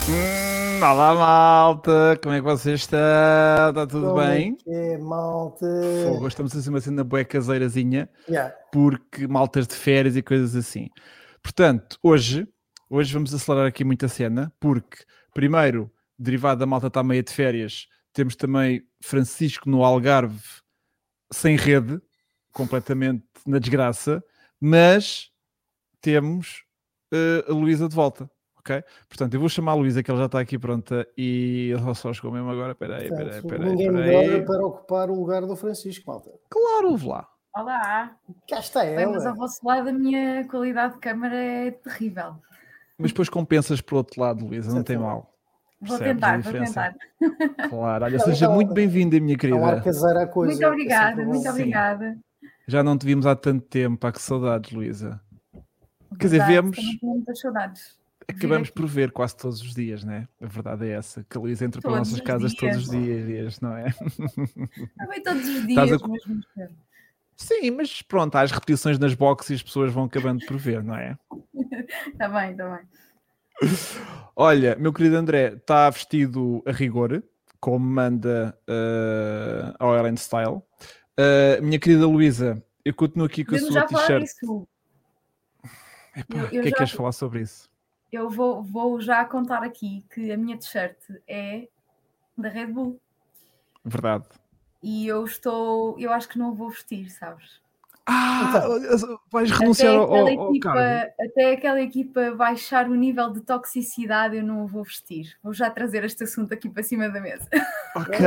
Olá malta, como é que vocês estão? Está tudo Como é bem? que é, malta? Fogo, estamos a uma cena bué caseirazinha, Yeah. porque maltas de férias e coisas assim. Portanto, hoje vamos acelerar aqui muita cena, porque primeiro, derivado da malta estar meia de férias, temos também Francisco no Algarve, sem rede, completamente na desgraça, mas temos a Luísa de volta. Ok? Portanto, eu vou chamar a Luísa, que ela já está aqui pronta, e ele só chegou mesmo agora. Portanto, Peraí. ninguém melhor para ocupar o lugar do Francisco, malta. Claro, ouve lá. Olá! Cá está Bem, mas ao ela. vosso lado a minha qualidade de câmara é terrível. Mas depois compensas por outro lado, Luísa, não tem Exatamente. mal. Vou Percebes a tentar, vou diferença? tentar. Claro, olha, Não, seja então, muito bem-vinda, minha Há um ar querida. caseiro à coisa. Muito obrigada, muito Sim. obrigada. Já não te vimos há tanto tempo, há que saudades, Luísa. Quer dizer, Verdade, vemos, também tenho muitas saudades. acabamos Vir por aqui. ver quase todos os dias, né? A verdade é essa, que a Luísa entra para as Todos nossas os casas todos dias. os dias, não é? Também todos os Estás dias, a- mas muito tempo. Sim, mas pronto, há as repetições nas boxes e as pessoas vão acabando por ver, não é? Está bem, está bem. Olha, meu querido André, está vestido a rigor, como manda a Oil Style. Minha querida Luísa, eu continuo aqui com a Podemos sua já falar t-shirt. disso. Epá, Eu o que é que já- queres falar sobre isso? Eu vou já contar aqui que a minha t-shirt é da Red Bull. Verdade. E eu acho que não vou vestir, sabes? Vais renunciar ao cargo? Até aquela equipa baixar o nível de toxicidade, eu não o vou vestir. Vou já trazer este assunto aqui para cima da mesa. Ok.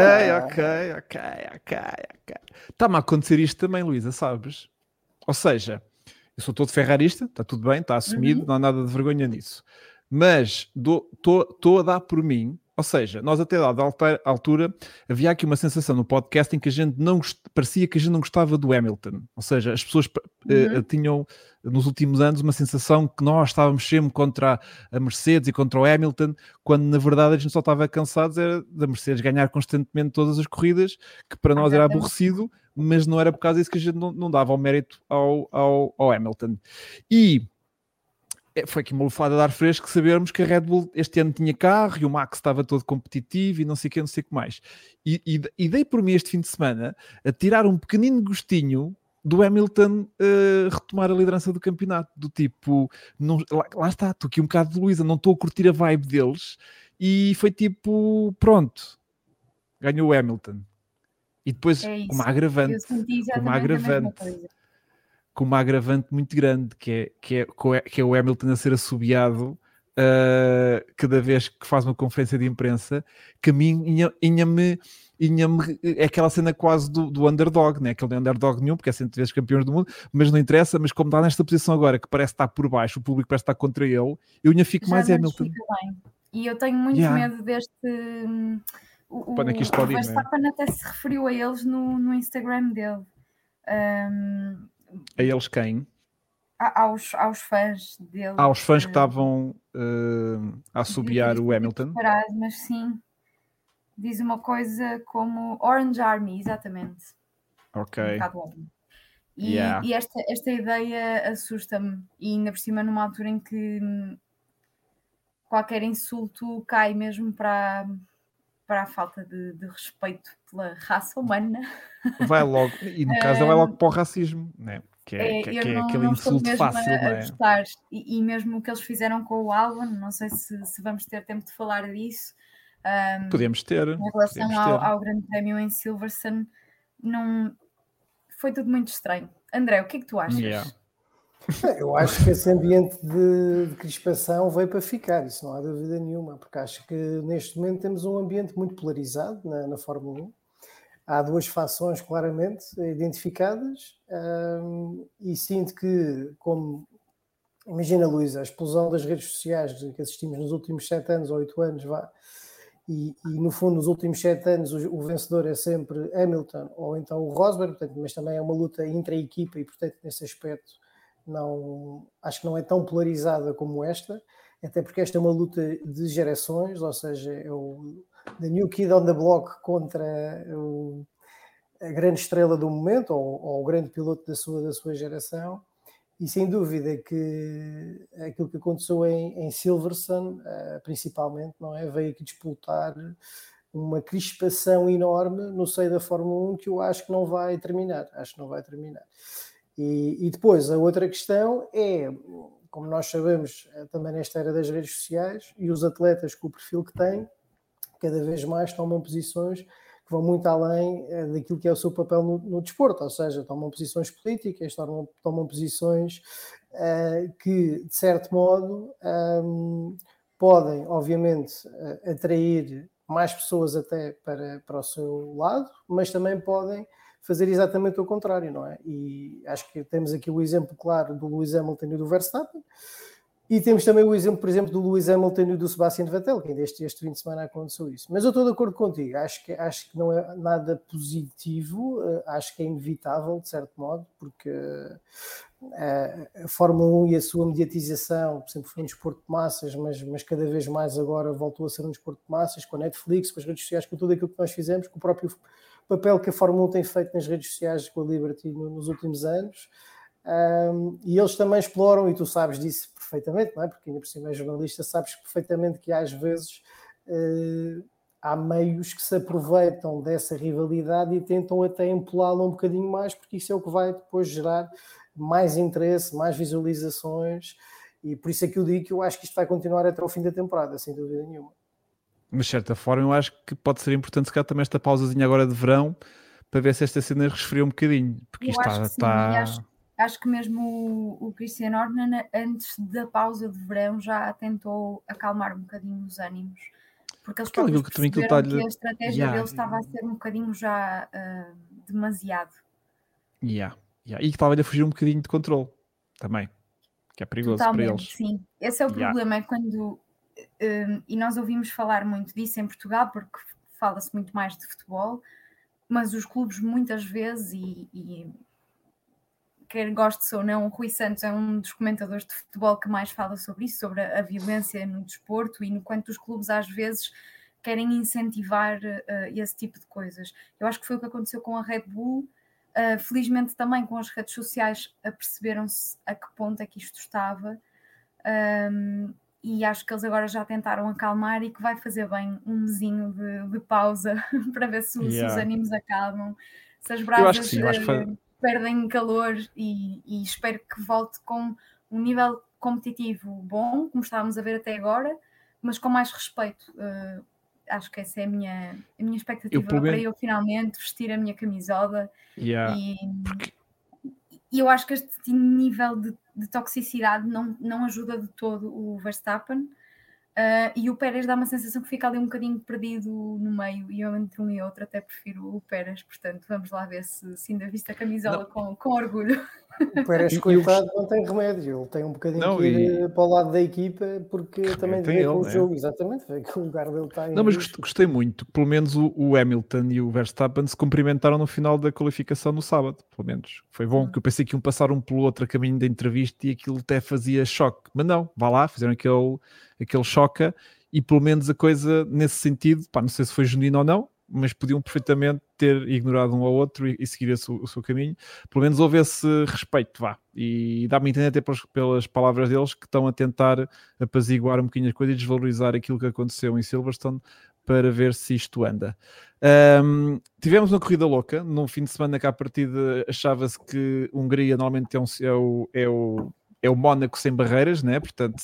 Está-me a acontecer isto também, Luísa, sabes? Ou seja, eu sou todo ferrarista, está tudo bem, está assumido, não há nada de vergonha nisso. Mas estou a dar por mim, ou seja, nós até dada altura havia aqui uma sensação no podcast em que a gente parecia que a gente não gostava do Hamilton. Ou seja, as pessoas tinham nos últimos anos uma sensação que nós estávamos sempre contra a Mercedes e contra o Hamilton, quando na verdade a gente só estava cansados era da Mercedes ganhar constantemente todas as corridas, que para nós era aborrecido, mas não era por causa disso que a gente não dava o mérito ao Hamilton. E foi aqui uma lufada de ar fresco sabermos que a Red Bull este ano tinha carro e o Max estava todo competitivo e não sei o que mais. E dei por mim este fim de semana a tirar um pequenino gostinho do Hamilton retomar a liderança do campeonato. Do tipo, lá está, estou aqui um bocado de Luísa, não estou a curtir a vibe deles. E foi tipo, pronto, ganhou o Hamilton. E depois, com uma agravante, Eu senti exatamente a mesma coisa. Com uma agravante muito grande, que é o Hamilton a ser assobiado cada vez que faz uma conferência de imprensa, que a mim é aquela cena quase do underdog, né? Aquele underdog nenhum, porque é 100 vezes campeão do mundo, mas não interessa, mas como está nesta posição agora, que parece estar por baixo, o público parece estar contra ele, eu ainda fico mais Hamilton. Fica bem. E eu tenho muito medo deste... O Verstappen até se referiu a eles no Instagram dele. A eles quem? Aos fãs dele. Aos fãs que estavam a assobiar o Hamilton. Mas sim, diz uma coisa como Orange Army, exatamente. Ok. Um bocado óbvio. E esta ideia assusta-me, e ainda por cima numa altura em que qualquer insulto cai mesmo para a falta de respeito pela raça humana. Vai logo, e no caso vai logo para o racismo, né? Que é aquele insulto fácil, não é? Gostar. E mesmo o que eles fizeram com o Albon, não sei se vamos ter tempo de falar disso. Podemos ter. Em relação ao Grande Prémio em Silverstone, não... foi tudo muito estranho. André, o que é que tu achas? Yeah. Eu acho que esse ambiente de crispação veio para ficar, isso não há dúvida nenhuma, porque acho que neste momento temos um ambiente muito polarizado na Fórmula 1. Há duas fações claramente identificadas e sinto que, como imagina, Luísa, a explosão das redes sociais que assistimos nos últimos 7 anos ou 8 anos, e no fundo nos últimos 7 anos o vencedor é sempre Hamilton ou então o Rosberg, portanto, mas também é uma luta intra-equipa e portanto nesse aspecto acho que não é tão polarizada como esta, até porque esta é uma luta de gerações, ou seja, é o The New Kid on the Block contra a grande estrela do momento ou o grande piloto da sua geração, E sem dúvida que aquilo que aconteceu em Silverstone, principalmente, não é? Veio aqui disputar uma crispação enorme no seio da Fórmula 1 que eu acho que não vai terminar. E depois, a outra questão é, como nós sabemos, também nesta era das redes sociais, e os atletas com o perfil que têm, cada vez mais tomam posições que vão muito além daquilo que é o seu papel no desporto, ou seja, tomam posições políticas, tomam posições que, de certo modo, podem, obviamente, atrair mais pessoas até para o seu lado, mas também podem fazer exatamente o contrário, não é? E acho que temos aqui o exemplo claro do Lewis Hamilton e do Verstappen, e temos também o exemplo, por exemplo, do Lewis Hamilton e do Sebastian Vettel, que ainda este fim de semana aconteceu isso. Mas eu estou de acordo contigo, acho que não é nada positivo, acho que é inevitável, de certo modo, porque a Fórmula 1 e a sua mediatização sempre foi um desporto de massas, mas cada vez mais agora voltou a ser um desporto de massas, com a Netflix, com as redes sociais, com tudo aquilo que nós fizemos, com o próprio papel que a Fórmula 1 tem feito nas redes sociais com a Liberty nos últimos anos. E eles também exploram, e tu sabes disso perfeitamente, não é? Porque ainda por cima é jornalista, sabes perfeitamente que às vezes há meios que se aproveitam dessa rivalidade e tentam até empolá-la um bocadinho mais, porque isso é o que vai depois gerar mais interesse, mais visualizações, e por isso é que eu digo que eu acho que isto vai continuar até o fim da temporada, sem dúvida nenhuma. Mas de certa forma eu acho que pode ser importante se calhar também esta pausazinha agora de verão, para ver se esta cena resfria um bocadinho, porque isto está... Acho que mesmo o Christian Horner, antes da pausa de verão, já tentou acalmar um bocadinho os ânimos, porque eles próprios perceberam que a estratégia dele estava a ser um bocadinho já demasiado. E que estava-lhe a fugir um bocadinho de controle também, que é perigoso. Totalmente, para eles. Sim, esse é o problema, é quando... e nós ouvimos falar muito disso em Portugal, porque fala-se muito mais de futebol, mas os clubes muitas vezes, e quer goste ou não, o Rui Santos é um dos comentadores de futebol que mais fala sobre isso, sobre a violência no desporto, e no quanto os clubes às vezes querem incentivar esse tipo de coisas. Eu acho que foi o que aconteceu com a Red Bull. Felizmente também com as redes sociais aperceberam-se a que ponto é que isto estava, e acho que eles agora já tentaram acalmar, e que vai fazer bem um mesinho de pausa para ver se os ânimos acalmam, se as brasas perdem calor, e espero que volte com um nível competitivo bom, como estávamos a ver até agora, mas com mais respeito. Acho que essa é a minha expectativa para eu finalmente vestir a minha camisola. E eu acho que este nível de toxicidade não ajuda de todo o Verstappen, e o Pérez dá uma sensação que fica ali um bocadinho perdido no meio, e eu entre um e outro até prefiro o Pérez, portanto vamos lá ver se ainda viste a camisola com orgulho. O Pérez, coitado, não tem remédio, ele tem um bocadinho que ir para o lado da equipa, porque também vê com o jogo, exatamente, vê que o lugar dele está em... Não, mas gostei muito, pelo menos o Hamilton e o Verstappen se cumprimentaram no final da qualificação no sábado, pelo menos, foi bom, que eu pensei que iam passar um pelo outro a caminho da entrevista e aquilo até fazia choque, mas não, vá lá, fizeram aquele choca, e pelo menos a coisa nesse sentido, não sei se foi genuíno ou não, mas podiam perfeitamente ter ignorado um ao outro e seguir o seu caminho. Pelo menos houve esse respeito, e dá-me a entender até pelas palavras deles que estão a tentar apaziguar um bocadinho as coisas e desvalorizar aquilo que aconteceu em Silverstone para ver se isto anda. Tivemos uma corrida louca, num fim de semana que à partida achava-se que Hungria normalmente é o Mónaco sem barreiras, né? Portanto...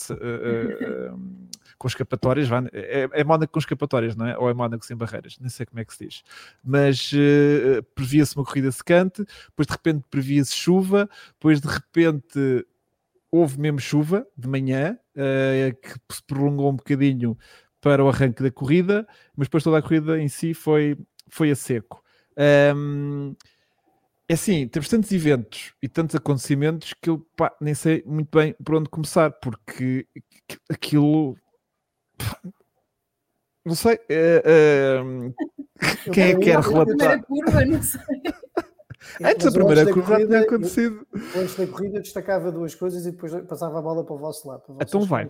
com escapatórias, é Mónaco com escapatórias, não é? Ou é Mónaco sem barreiras, nem sei como é que se diz, mas previa-se uma corrida secante, depois de repente previa-se chuva, depois de repente houve mesmo chuva de manhã, que se prolongou um bocadinho para o arranque da corrida, mas depois toda a corrida em si foi a seco. É assim, temos tantos eventos e tantos acontecimentos que eu nem sei muito bem por onde começar, porque aquilo... Não sei. Quem é que quer relatar? A primeira curva, não sei. Antes da primeira curva tinha acontecido. Antes da corrida destacava duas coisas e depois passava a bola para o vosso lado. Então vai.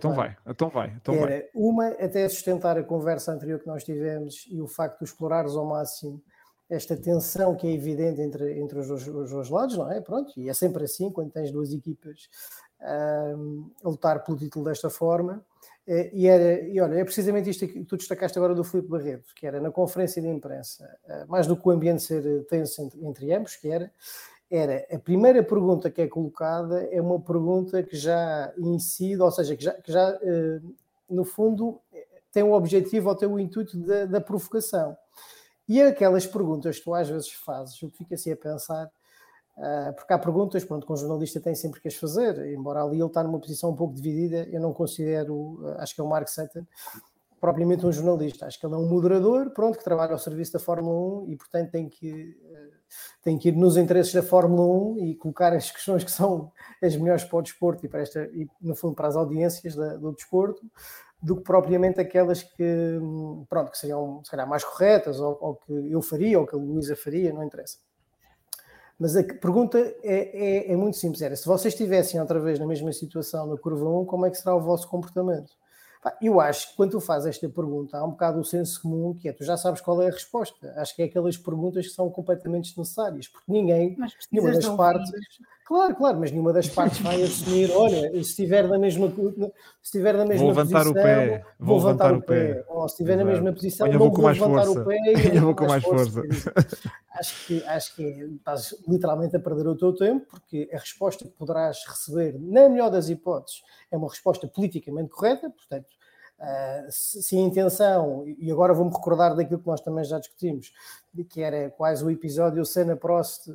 Uma, até sustentar a conversa anterior que nós tivemos e o facto de explorares ao máximo esta tensão que é evidente entre os dois lados, não é? Pronto, e é sempre assim quando tens duas equipas a lutar pelo título desta forma. E olha, é precisamente isto que tu destacaste agora do Filipe Barreto, que era na conferência de imprensa, mais do que o ambiente ser tenso entre ambos, que era a primeira pergunta que é colocada é uma pergunta que já incide, ou seja, que já no fundo tem o objetivo ou tem o intuito da provocação. E aquelas perguntas que tu às vezes fazes, eu fico assim a pensar, porque há perguntas, pronto, que um jornalista tem sempre que as fazer, embora ali ele está numa posição um pouco dividida, eu não considero, acho que é o Mark Sutton, propriamente um jornalista, acho que ele é um moderador, pronto, que trabalha ao serviço da Fórmula 1 e, portanto, tem que ir nos interesses da Fórmula 1 e colocar as questões que são as melhores para o desporto e no fundo, para as audiências do desporto, do que propriamente aquelas que, pronto, que seriam, se calhar, mais corretas, ou que eu faria, ou que a Luísa faria, não interessa. Mas a pergunta é muito simples, era, se vocês estivessem outra vez na mesma situação na curva 1, como é que será o vosso comportamento? Eu acho que quando tu fazes esta pergunta, há um bocado o senso comum, que é, tu já sabes qual é a resposta. Acho que é aquelas perguntas que são completamente desnecessárias, porque nenhuma das partes... Claro, mas nenhuma das partes vai assumir, olha, se estiver na mesma vou levantar posição, o pé, vou levantar o pé. Ou se estiver na mesma posição, não vou levantar o pé e vou com mais força. Acho que estás literalmente a perder o teu tempo, porque a resposta que poderás receber, na melhor das hipóteses, é uma resposta politicamente correta, portanto, se a intenção, e agora vou-me recordar daquilo que nós também já discutimos, que era quase o episódio Senna-Prost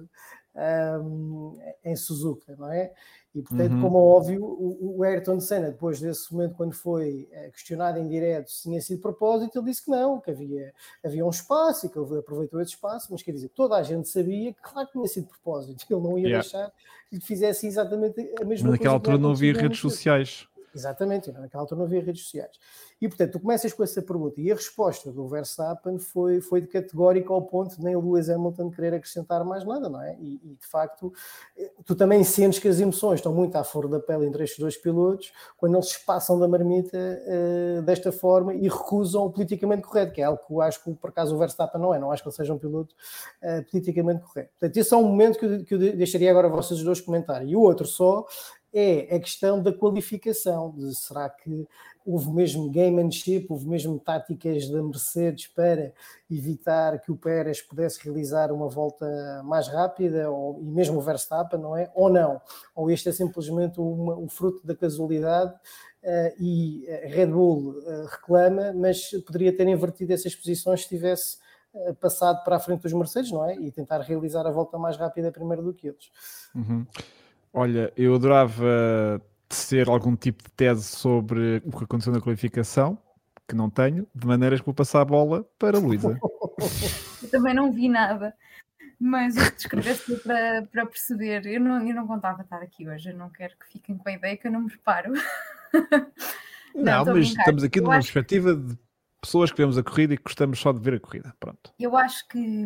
em Suzuka, não é? E, portanto, como é óbvio, o Ayrton Senna, depois desse momento, quando foi questionado em direto se tinha sido propósito, ele disse que não, que havia um espaço e que ele aproveitou esse espaço, mas quer dizer, toda a gente sabia que, claro, que tinha sido propósito, ele não ia deixar que lhe fizesse exatamente a mesma coisa. Mas naquela altura não havia redes sociais. Exatamente, naquela altura não havia redes sociais. E, portanto, tu começas com essa pergunta e a resposta do Verstappen foi de categórica ao ponto de nem o Lewis Hamilton querer acrescentar mais nada, não é? E, de facto, tu também sentes que as emoções estão muito à flor da pele entre estes dois pilotos quando eles se passam da marmita desta forma e recusam o politicamente correto, que é algo que eu acho que, por acaso, o Verstappen não acho que ele seja um piloto politicamente correto. Portanto, esse é um momento que eu deixaria agora a vocês dois comentarem. E o outro só é a questão da qualificação, de será que houve mesmo gamemanship, houve mesmo táticas da Mercedes para evitar que o Pérez pudesse realizar uma volta mais rápida, e mesmo o Verstappen, não é? Ou não? Ou este é simplesmente um fruto da casualidade e a Red Bull reclama, mas poderia ter invertido essas posições se tivesse passado para a frente dos Mercedes, não é? E tentar realizar a volta mais rápida primeiro do que eles. Olha, eu adorava tecer algum tipo de tese sobre o que aconteceu na qualificação, que não tenho, de maneiras que vou passar a bola para a Luísa. Eu também não vi nada, mas o que descreveste para perceber, eu não contava estar aqui hoje, eu não quero que fiquem com a ideia que eu não me preparo. Não, mas estamos aqui numa perspectiva de pessoas que vemos a corrida e que gostamos só de ver a corrida. Pronto. Eu acho que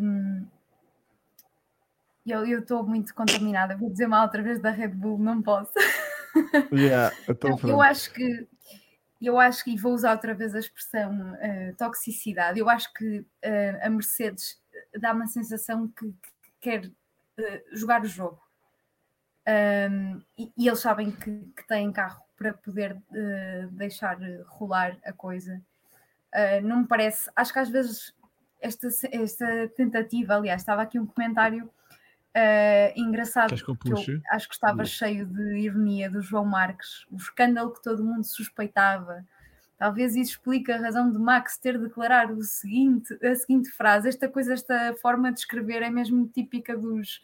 eu estou muito contaminada, vou dizer mal outra vez da Red Bull, não posso. Eu acho que, e vou usar outra vez a expressão toxicidade, eu acho que a Mercedes dá uma sensação que quer jogar o jogo. E eles sabem que têm carro para poder deixar rolar a coisa. Não me parece, acho que às vezes esta tentativa, aliás, estava aqui um comentário engraçado, que eu acho que estava cheio de ironia, do João Marques, o escândalo que todo mundo suspeitava. Talvez isso explique a razão de Max ter declarado a seguinte frase. Esta forma de escrever é mesmo típica dos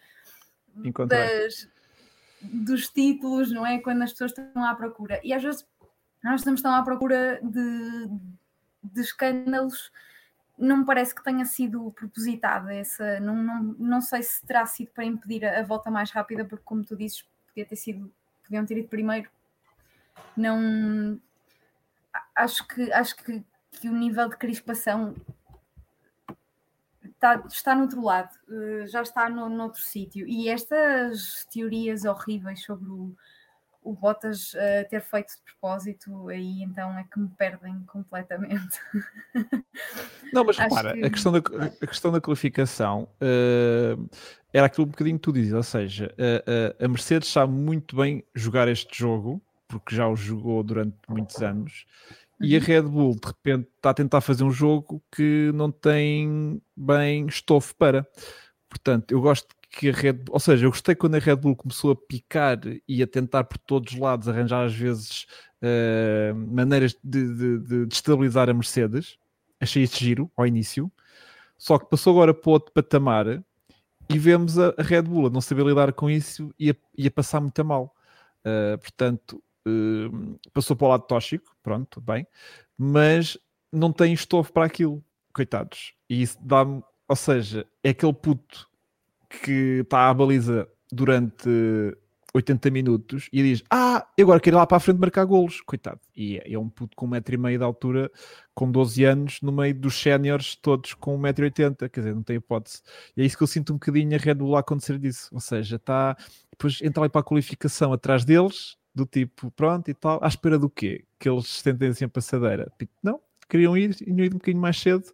títulos, não é? Quando as pessoas estão à procura. E às vezes nós estamos tão à procura de escândalos. Não me parece que tenha sido propositada essa. Não sei se terá sido para impedir a volta mais rápida, porque, como tu dizes, podiam ter ido primeiro. Não. Acho que o nível de crispação está no outro lado, já está noutro sítio. E estas teorias horríveis sobre o Bottas ter feito de propósito, aí então é que me perdem completamente. Não, mas repara, a questão da qualificação era aquilo um bocadinho que tu dizes, ou seja, a Mercedes sabe muito bem jogar este jogo, porque já o jogou durante muitos anos, e a Red Bull de repente está a tentar fazer um jogo que não tem bem estofo para. Portanto, eu gosto que a Red Bull, ou seja, eu gostei quando a Red Bull começou a picar e a tentar por todos os lados arranjar às vezes maneiras de estabilizar a Mercedes. Achei isso giro ao início, só que passou agora para outro patamar e vemos a Red Bull a não saber lidar com isso e a passar muito a mal. Portanto, passou para o lado tóxico, pronto, tudo bem, mas não tem estofo para aquilo, coitados. E isso dá-me, ou seja, é aquele puto que está à baliza durante 80 minutos e diz, eu agora quero ir lá para a frente marcar golos, coitado. E é um puto com 1,5 m de altura, com 12 anos, no meio dos séniores todos com 1,80 m, quer dizer, não tem hipótese. E é isso que eu sinto um bocadinho a Red Bull a acontecer disso, ou seja, está, depois entra ali para a qualificação atrás deles, do tipo, pronto e tal, à espera do quê? Que eles se estentem assim a passadeira. Tipo, não, queriam ir e iam ir um bocadinho mais cedo,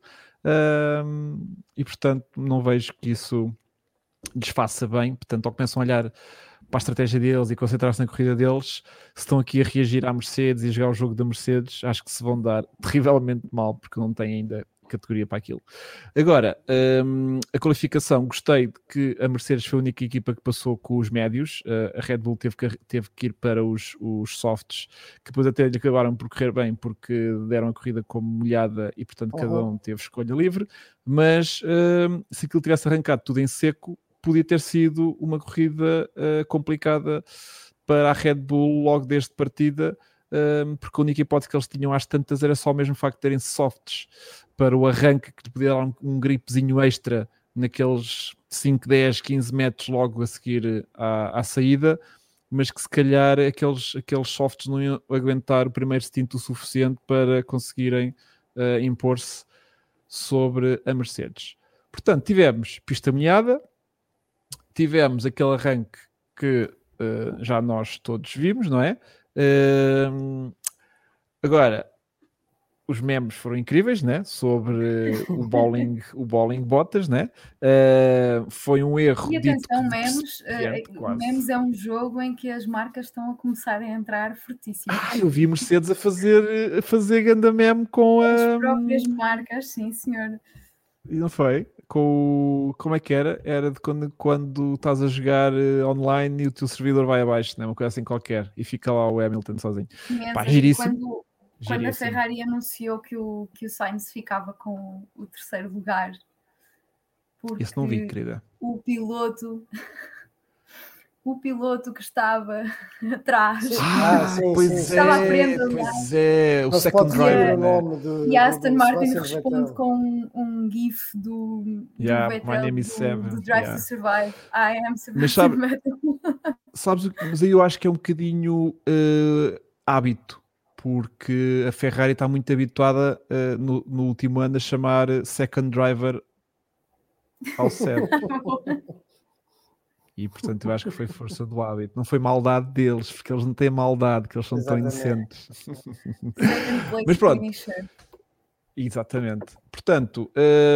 e portanto não vejo que isso desfaça bem, portanto, ou começam a olhar para a estratégia deles e concentrar-se na corrida deles, se estão aqui a reagir à Mercedes e a jogar o jogo da Mercedes, acho que se vão dar terrivelmente mal, porque não têm ainda categoria para aquilo. Agora, a qualificação, gostei de que a Mercedes foi a única equipa que passou com os médios, a Red Bull teve que ir para os softs, que depois até lhe acabaram por correr bem, porque deram a corrida como molhada e, portanto, cada um teve escolha livre, mas se aquilo tivesse arrancado tudo em seco, podia ter sido uma corrida complicada para a Red Bull logo desde partida, porque a única hipótese que eles tinham às tantas era só mesmo o facto de terem softs para o arranque, que podia dar um gripezinho extra naqueles 5, 10, 15 metros logo a seguir à saída, mas que se calhar aqueles softs não iam aguentar o primeiro stint o suficiente para conseguirem impor-se sobre a Mercedes. Portanto, tivemos pista molhada, tivemos aquele arranque que já nós todos vimos, não é? Agora, os memes foram incríveis, né? Sobre o bowling Bottas, né? Foi um erro. E atenção, memes é um jogo em que as marcas estão a começar a entrar fortíssimo. Eu vi Mercedes a fazer ganda meme com as próprias marcas, sim, senhor. E não foi? Como é que era? Era de quando estás a jogar online e o teu servidor vai abaixo, né? Uma coisa assim qualquer, e fica lá o Hamilton sozinho. Pá, giríssimo. Quando a Ferrari anunciou que o Sainz ficava com o terceiro lugar, porque isso não vi, querida. O piloto que estava atrás estava à frente, pois é, o second driver, e a Aston Martin responde com um gif do Vettel, do Drive to Survive. I am Sebastian Vettel. Mas aí eu acho que é um bocadinho hábito, porque a Ferrari está muito habituada no último ano a chamar second driver ao certo. E, portanto, eu acho que foi força do hábito. Não foi maldade deles, porque eles não têm maldade, que eles são tão inocentes. Mas pronto. Exatamente. Portanto,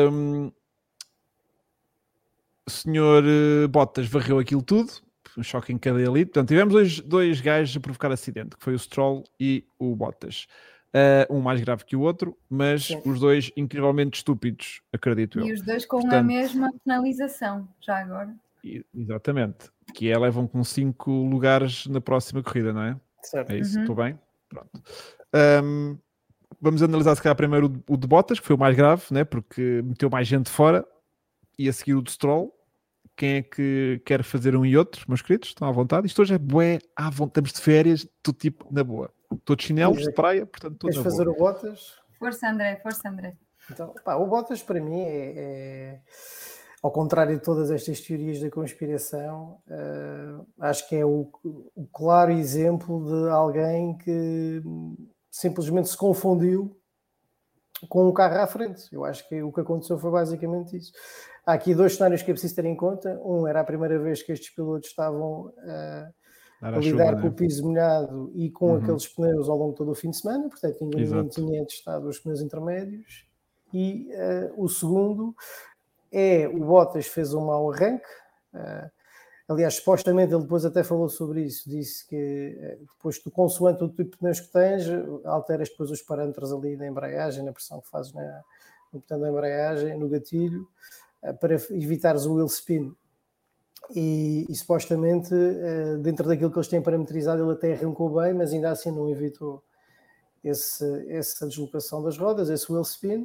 o senhor Bottas varreu aquilo tudo. Um choque em cadeia ali. Portanto, tivemos dois gajos a provocar acidente, que foi o Stroll e o Bottas. Um mais grave que o outro, mas os dois incrivelmente estúpidos, acredito eu. E os dois com a mesma penalização, já agora. Exatamente, que levam com 5 lugares na próxima corrida, não é? Certo. É isso, estou bem? Pronto. Vamos analisar se calhar primeiro o de Bottas, que foi o mais grave, né? Porque meteu mais gente fora, e a seguir o de Stroll. Quem é que quer fazer um e outro, meus queridos? Estão à vontade? Isto hoje é bué, à vontade, estamos de férias, tudo tipo na boa. Estou de chinelos, de praia, portanto estou na boa. Queres fazer o Bottas? Força André. Então, o Bottas para mim é ao contrário de todas estas teorias da conspiração, acho que é o claro exemplo de alguém que simplesmente se confundiu com um carro à frente. Eu acho que o que aconteceu foi basicamente isso. Há aqui dois cenários que é preciso ter em conta. Um, era a primeira vez que estes pilotos estavam a lidar com o piso molhado e com aqueles pneus ao longo de todo o fim de semana, portanto ninguém tinha testado os pneus intermédios. E o segundo é o Bottas fez um mau arranque. Aliás, supostamente ele depois até falou sobre isso, disse que depois tu, consoante o tipo de pneus que tens, alteras depois os parâmetros ali da embreagem, na pressão que fazes no botão da embreagem, no gatilho, para evitares o wheel spin. E supostamente, dentro daquilo que eles têm parametrizado, ele até arrancou bem, mas ainda assim não evitou essa deslocação das rodas, esse wheel spin.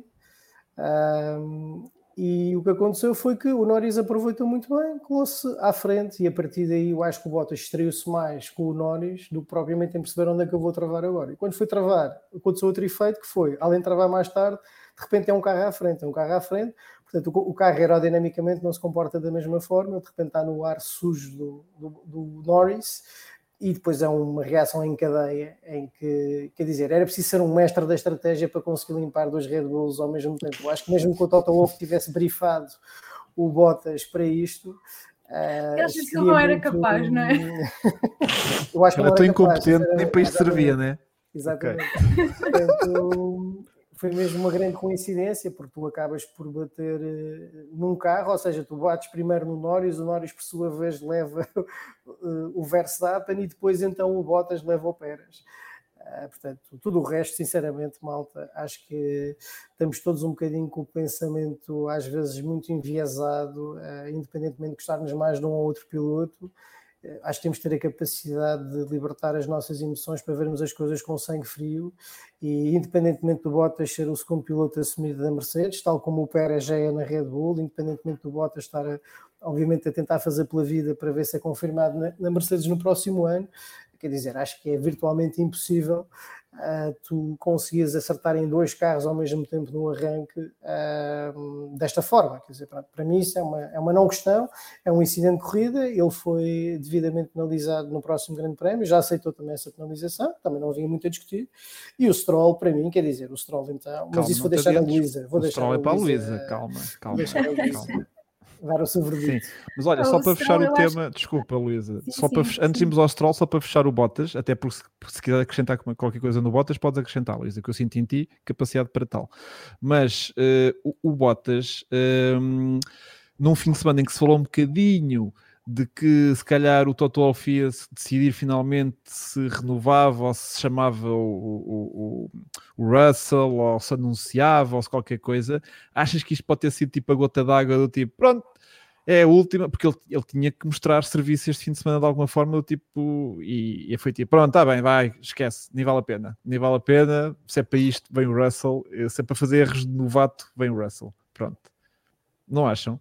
E o que aconteceu foi que o Norris aproveitou muito bem, colou-se à frente, e a partir daí eu acho que o Bottas estreou-se mais com o Norris do que propriamente em perceber onde é que eu vou travar agora. E quando foi travar, aconteceu outro efeito que foi, além de travar mais tarde, de repente é um carro à frente, portanto o carro aerodinamicamente não se comporta da mesma forma, ele de repente está no ar sujo do Norris, e depois é uma reação em cadeia em que, quer dizer, era preciso ser um mestre da estratégia para conseguir limpar dois Red Bulls ao mesmo tempo. Eu acho que mesmo que o Toto Wolff tivesse brifado o Bottas para isto... Eu acho que ele não era capaz, não é? Eu acho que era tão incompetente, nem para isto servia, não é? Exatamente. Okay. Portanto, foi mesmo uma grande coincidência, porque tu acabas por bater num carro, ou seja, tu bates primeiro no Norris, o Norris por sua vez leva o Verstappen e depois então o Bottas leva o Pérez. Portanto, tudo o resto, sinceramente, malta, acho que estamos todos um bocadinho com o pensamento às vezes muito enviesado, independentemente de gostarmos mais de um ou outro piloto. Acho que temos de ter a capacidade de libertar as nossas emoções para vermos as coisas com sangue frio, e independentemente do Bottas ser o segundo piloto assumido da Mercedes, tal como o Pérez já é na Red Bull, independentemente do Bottas estar obviamente a tentar fazer pela vida para ver se é confirmado na Mercedes no próximo ano, quer dizer, acho que é virtualmente impossível tu conseguires acertar em dois carros ao mesmo tempo no arranque desta forma. Quer dizer, para mim isso é uma não questão, é um incidente de corrida, ele foi devidamente penalizado no próximo Grande Prémio, já aceitou também essa penalização, também não havia muito a discutir, e o Stroll, para mim, quer dizer, o Stroll então, mas isso vou deixar a Luísa. O Stroll é para a Luísa, calma. Dar o seu verdito. Sim, mas olha, só para fechar o tema, desculpa, Luísa, antes de irmos ao Stroll, só para fechar o Bottas, até porque se quiser acrescentar qualquer coisa no Bottas, podes acrescentar, Luísa, que eu sinto em ti capacidade para tal. Mas o Bottas, num fim de semana em que se falou um bocadinho de que se calhar o Toto Wolff ia decidir finalmente se renovava ou se chamava o Russell ou se anunciava ou se qualquer coisa, achas que isto pode ter sido tipo a gota d'água do tipo, pronto, é a última, porque ele tinha que mostrar serviço este fim de semana de alguma forma, do tipo, e foi tipo, pronto, está bem, vai, esquece, nem vale a pena, se é para isto, vem o Russell, se é para fazer erros de novato, vem o Russell, pronto. Não acham?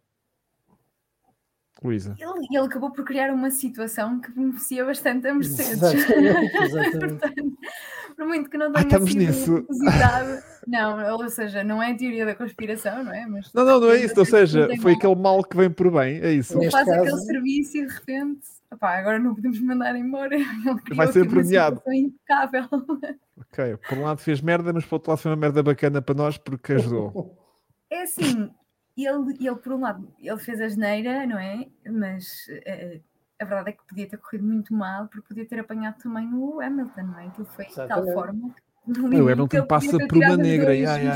Luísa. Ele acabou por criar uma situação que beneficia bastante a Mercedes. Exatamente. Portanto, por muito que não tenha sido propositado, não, ou seja, não é a teoria da conspiração, não é? Mas, não é isso, ou seja, foi aquele mal que vem por bem, é isso. Ele faz aquele serviço e de repente, agora não podemos mandar embora. Ele vai ser premiado. Uma impecável. Ok, por um lado fez merda, mas por outro lado foi uma merda bacana para nós porque ajudou. É assim... Ele, por um lado, ele fez a asneira, não é? Mas a verdade é que podia ter corrido muito mal, porque podia ter apanhado também o Hamilton, não é? Aquilo foi de tal forma que o Hamilton passa por uma negra.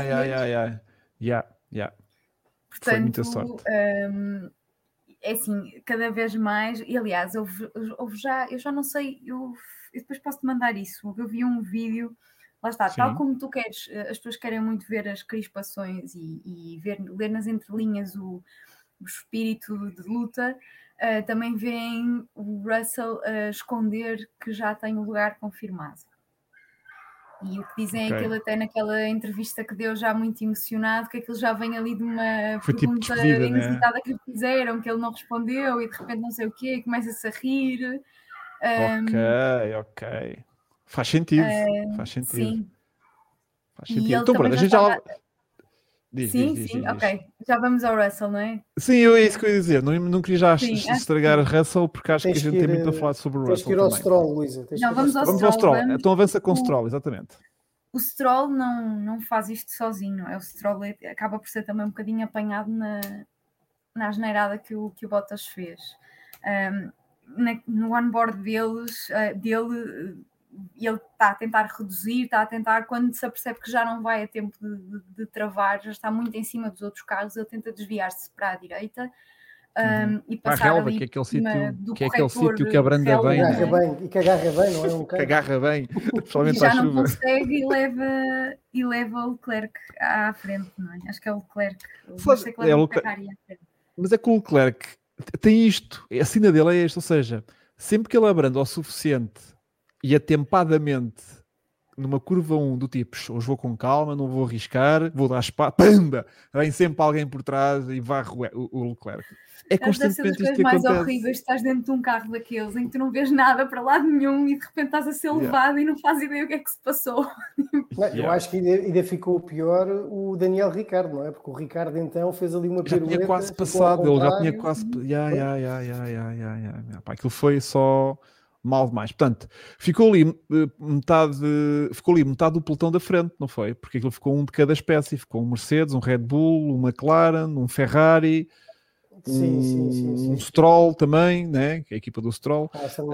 Portanto, foi muita sorte. É assim, cada vez mais, e aliás, houve já, eu já não sei, eu depois posso-te mandar isso. Eu vi um vídeo. Lá está, sim. Tal como tu queres, as pessoas querem muito ver as crispações e ler nas entrelinhas o espírito de luta, também veem o Russell esconder que já tem o lugar confirmado. E o que dizem é que ele até naquela entrevista que deu já muito emocionado, que aquilo já vem ali de uma pergunta tipo inusitada, né? Que lhe fizeram, que ele não respondeu e de repente não sei o quê, começa-se a rir. Ok. Faz sentido. Sim. Faz sentido. Então, pronto, a gente já... Diz. Ok. Já vamos ao Russell, não é? Sim, é isso que eu ia dizer. Não queria já estragar a Russell, porque acho que a gente tem muito a falar sobre o Russell. Tens que ir ao Stroll, Luísa. Vamos ao Stroll. Então avança com o Stroll, exatamente. O Stroll não faz isto sozinho. O Stroll acaba por ser também um bocadinho apanhado na asneirada que o Bottas fez. no onboard dele, ele está a tentar reduzir, quando se apercebe que já não vai a tempo de travar, já está muito em cima dos outros carros, ele tenta desviar-se para a direita e passar relva, ali que é aquele sítio que abranda bem, e que agarra bem, não é um carro. Que agarra bem, e já não consegue e leva o Leclerc à frente, não é? Acho que é o Leclerc. Mas é que o Leclerc tem isto, a sina dele é esta, ou seja, sempre que ele abranda o suficiente e atempadamente numa curva 1 do tipo, hoje vou com calma, não vou arriscar, vou dar espada, pamba! Vem sempre alguém por trás e varre o Leclerc. É constantemente isto que mais acontece. Horríveis, estás dentro de um carro daqueles em que tu não vês nada para lado nenhum e de repente estás a ser levado e não fazes ideia o que é que se passou. Eu acho que ainda ficou pior o Daniel Ricciardo, não é? Porque o Ricciardo então fez ali uma pirueta. Já tinha quase passado, ele já tinha quase... Aquilo foi só... mal demais. Portanto, ficou ali metade do pelotão da frente, não foi? Porque aquilo ficou um de cada espécie. Ficou um Mercedes, um Red Bull, um McLaren, um Ferrari, um Stroll também, né? Que é a equipa do Stroll.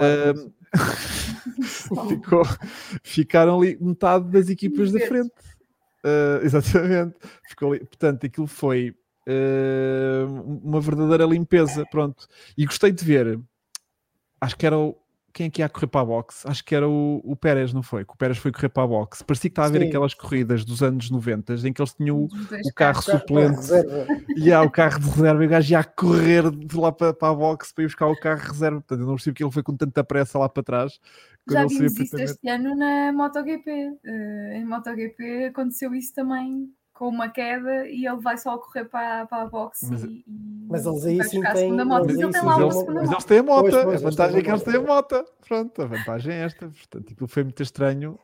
Ficaram ali metade das equipas da frente. Exatamente. Ficou ali. Portanto, aquilo foi uma verdadeira limpeza. Pronto. E gostei de ver. Acho que era quem é que ia correr para a boxe? Acho que era o Pérez, não foi? Que o Pérez foi correr para a boxe. Parecia que estava a ver aquelas corridas dos anos 90 em que eles tinham o carro suplente e o carro de reserva e o gajo ia a correr de lá para a boxe para ir buscar o carro de reserva. Portanto, eu não percebo que ele foi com tanta pressa lá para trás. Já vimos isso este ano na MotoGP. Em MotoGP aconteceu isso também, com uma queda, e ele vai só correr para a boxe. Mas eles aí sim têm. Mas eles têm a moto. A vantagem é que eles têm a moto. Pronto, a vantagem é esta. Portanto, aquilo foi muito estranho.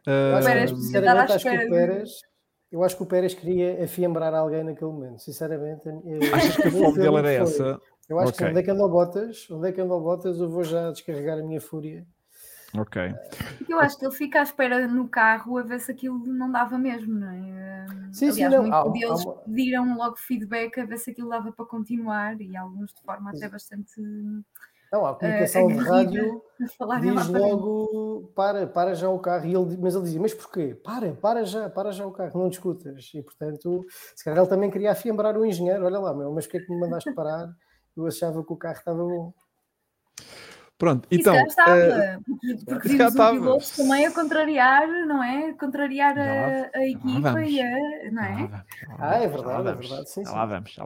Eu acho que o Pérez queria afiembrar alguém naquele momento, sinceramente. Achas que a fome dele era essa? Eu acho que onde é que anda o Bottas, eu vou já descarregar a minha fúria. Ok. Eu acho que ele fica à espera no carro a ver se aquilo não dava mesmo, não é? Aliás, muitos deles pediram logo feedback a ver se aquilo dava para continuar, e alguns de forma até bastante... Não, a comunicação de rádio diz logo para já o carro, mas ele dizia, mas porquê? Para já o carro, não discutas. E portanto, se calhar ele também queria afiembrar o engenheiro, olha lá, mas porquê é que me mandaste parar? Eu achava que o carro estava bom. Pronto, então... porque vimos o piloto também a contrariar, não é? Contrariar a equipa não é? É verdade, sim. Já lá vamos.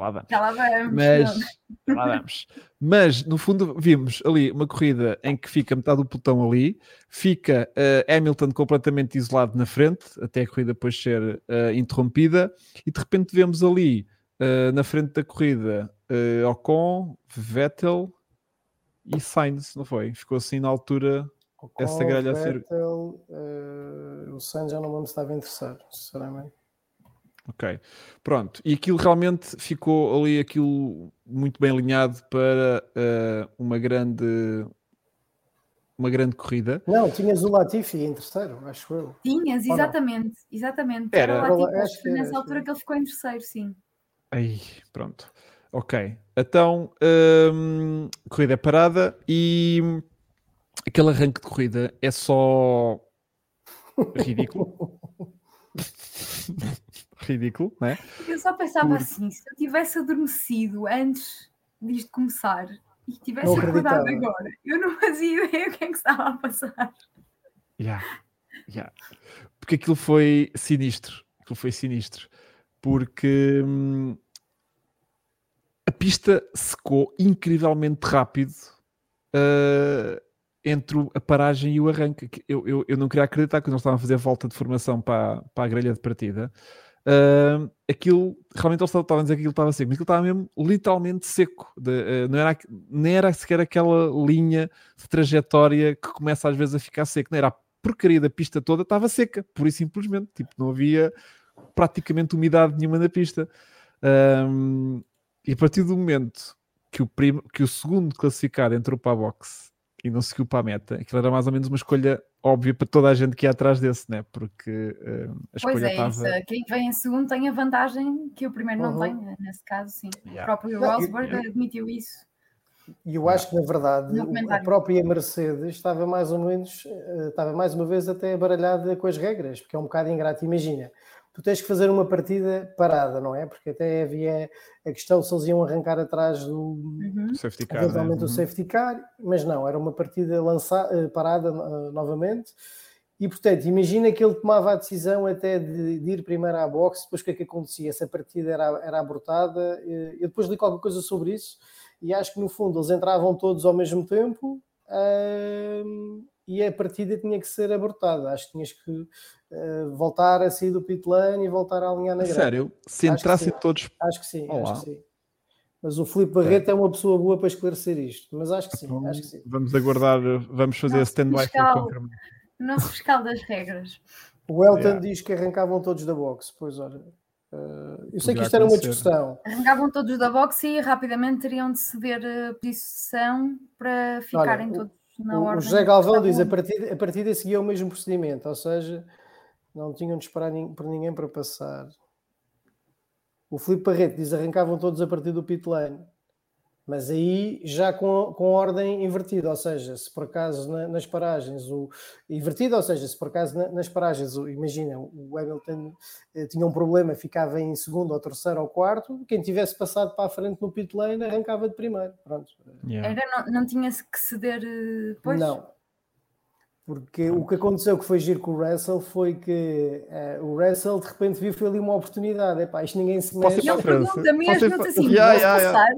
Mas, no fundo, vimos ali uma corrida em que fica metade do pelotão ali, fica Hamilton completamente isolado na frente, até a corrida depois ser interrompida, e de repente vemos ali, na frente da corrida, Ocon, Vettel... e Sainz, não foi? Ficou assim na altura essa grelha a ser... o Sainz já não me estava em terceiro, sinceramente. Ok, pronto. E aquilo realmente ficou ali aquilo muito bem alinhado para uma grande corrida. Não, tinhas o Latifi em terceiro, acho eu. Tinhas, exatamente. Era o Latifi, acho que nessa altura que ele ficou em terceiro, sim. Aí, pronto. Ok, então corrida é parada e aquele arranque de corrida é só ridículo. Ridículo, não é? Eu só pensava assim, se eu tivesse adormecido antes disto começar e tivesse acordado agora, eu não fazia ideia o que é que estava a passar. Porque aquilo foi sinistro. Porque... a pista secou incrivelmente rápido entre a paragem e o arranque. Eu não queria acreditar que nós estávamos a fazer volta de formação para a grelha de partida. Aquilo, realmente eles estavam a dizer que aquilo estava seco, mas aquilo estava mesmo literalmente seco. Nem era sequer aquela linha de trajetória que começa às vezes a ficar seca. Não era, a porcaria da pista toda estava seca, pura e simplesmente. Tipo, não havia praticamente umidade nenhuma na pista. E a partir do momento que o segundo classificado entrou para a boxe e não seguiu para a meta, aquilo era mais ou menos uma escolha óbvia para toda a gente que ia atrás desse, né? Porque a escolha estava... Pois é, isso. Quem vem em segundo tem a vantagem que o primeiro não tem, nesse caso, sim. O próprio Rosberg admitiu isso. E eu acho que, na verdade, a própria Mercedes estava mais ou menos, estava mais uma vez até baralhada com as regras, porque é um bocado ingrato. Imagina, tu tens que fazer uma partida parada, não é? Porque até havia a questão se eles iam arrancar atrás do safety car, eventualmente o safety car, mas não, era uma partida parada novamente. E, portanto, imagina que ele tomava a decisão até de ir primeiro à boxe, depois o que é que acontecia? Essa partida era abortada. Eu depois li qualquer coisa sobre isso e acho que, no fundo, eles entravam todos ao mesmo tempo e a partida tinha que ser abortada. Acho que tinhas que voltar a sair do pit lane e voltar a alinhar na grelha. Sério? Se entrassem todos... Acho que sim, acho que sim. Mas o Filipe Barreto é uma pessoa boa para esclarecer isto. Mas acho que sim, então, acho que sim. Vamos aguardar, vamos fazer stand-by para confirmar. Nosso fiscal das regras. O Elton diz que arrancavam todos da boxe. Pois, olha, eu sei que isto era uma discussão. Arrancavam todos da boxe e rapidamente teriam de ceder posição para ficarem todos na ordem. O José Galvão diz que a partida seguia o mesmo procedimento, ou seja, não tinham de esperar por ninguém para passar. O Filipe Barreto diz que arrancavam todos a partir do pit lane. Mas aí já com ordem invertida, ou seja, se por acaso nas paragens nas paragens, imagina, o Hamilton tinha um problema, ficava em segundo ou terceiro ou quarto, quem tivesse passado para a frente no pit lane arrancava de primeiro. Pronto. Não tinha-se que ceder depois? Não. Porque o que aconteceu que foi giro com o Russell foi que o Russell de repente viu ali uma oportunidade. Epá, isto ninguém se mexe. E ele pergunta mesmo assim, posso passar?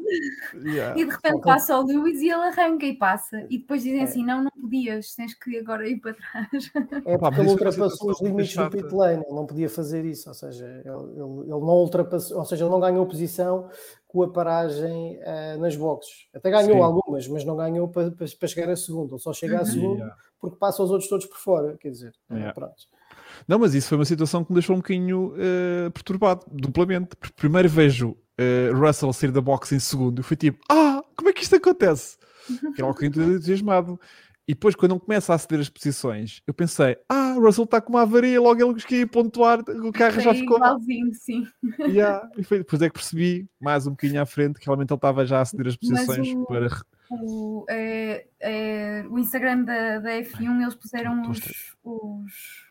E de repente passa o Lewis e ele arranca e passa. E depois dizem assim, não podias, tens que agora ir para trás. É porque ele ultrapassou os limites do pit lane, ele não podia fazer isso. Ou seja, ele não ultrapassou, ou seja, ele não ganhou posição com a paragem nas boxes. Até ganhou algumas, mas não ganhou para chegar a segundo. Ele só chega a segundo porque passa os outros todos por fora. Quer dizer, pronto. Não, mas isso foi uma situação que me deixou um bocadinho perturbado, duplamente. Porque primeiro vejo Russell sair da boxe em segundo e fui tipo, como é que isto acontece? Que era um bocadinho entusiasmado. E depois, quando ele começa a ceder as posições, eu pensei, o Russell está com uma avaria, logo ele queria pontuar, o carro já ficou... igualzinho, sim. E depois é que percebi, mais um bocadinho à frente, que realmente ele estava já a ceder as posições para... O Instagram da F1, eles puseram os...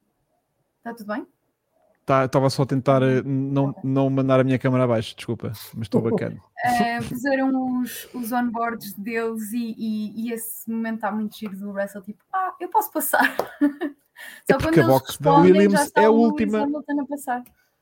Está tudo bem? Estava só a tentar não mandar a minha câmera abaixo, desculpa, mas estou bacana. Puseram os onboards deles e esse momento está muito giro do Russell, tipo, eu posso passar. Só porque a box da Williams é a última. A passar.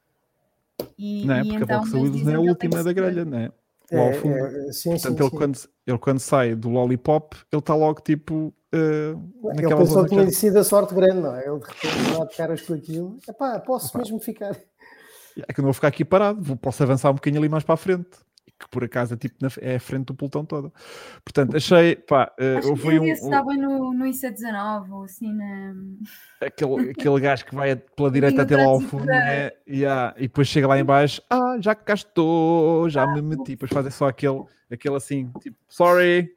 Não é? Porque a box da Williams não é a última da grelha, não é? Lá ao fundo. Portanto, ele quando sai do Lollipop, ele está logo tipo... ele pensou que tinha sido a sorte grande, não é? Ele de repente lá de caras com aquilo. Posso mesmo ficar... É que eu não vou ficar aqui parado, posso avançar um bocadinho ali mais para a frente. Que por acaso é tipo é a frente do pelotão todo. Portanto, achei... Acho que estava no IC19 ou assim na... Aquele gajo que vai pela direita até lá ao fundo, né? E depois chega lá em baixo, já que cá estou, já me meti. Depois fazem só aquele assim, tipo, sorry,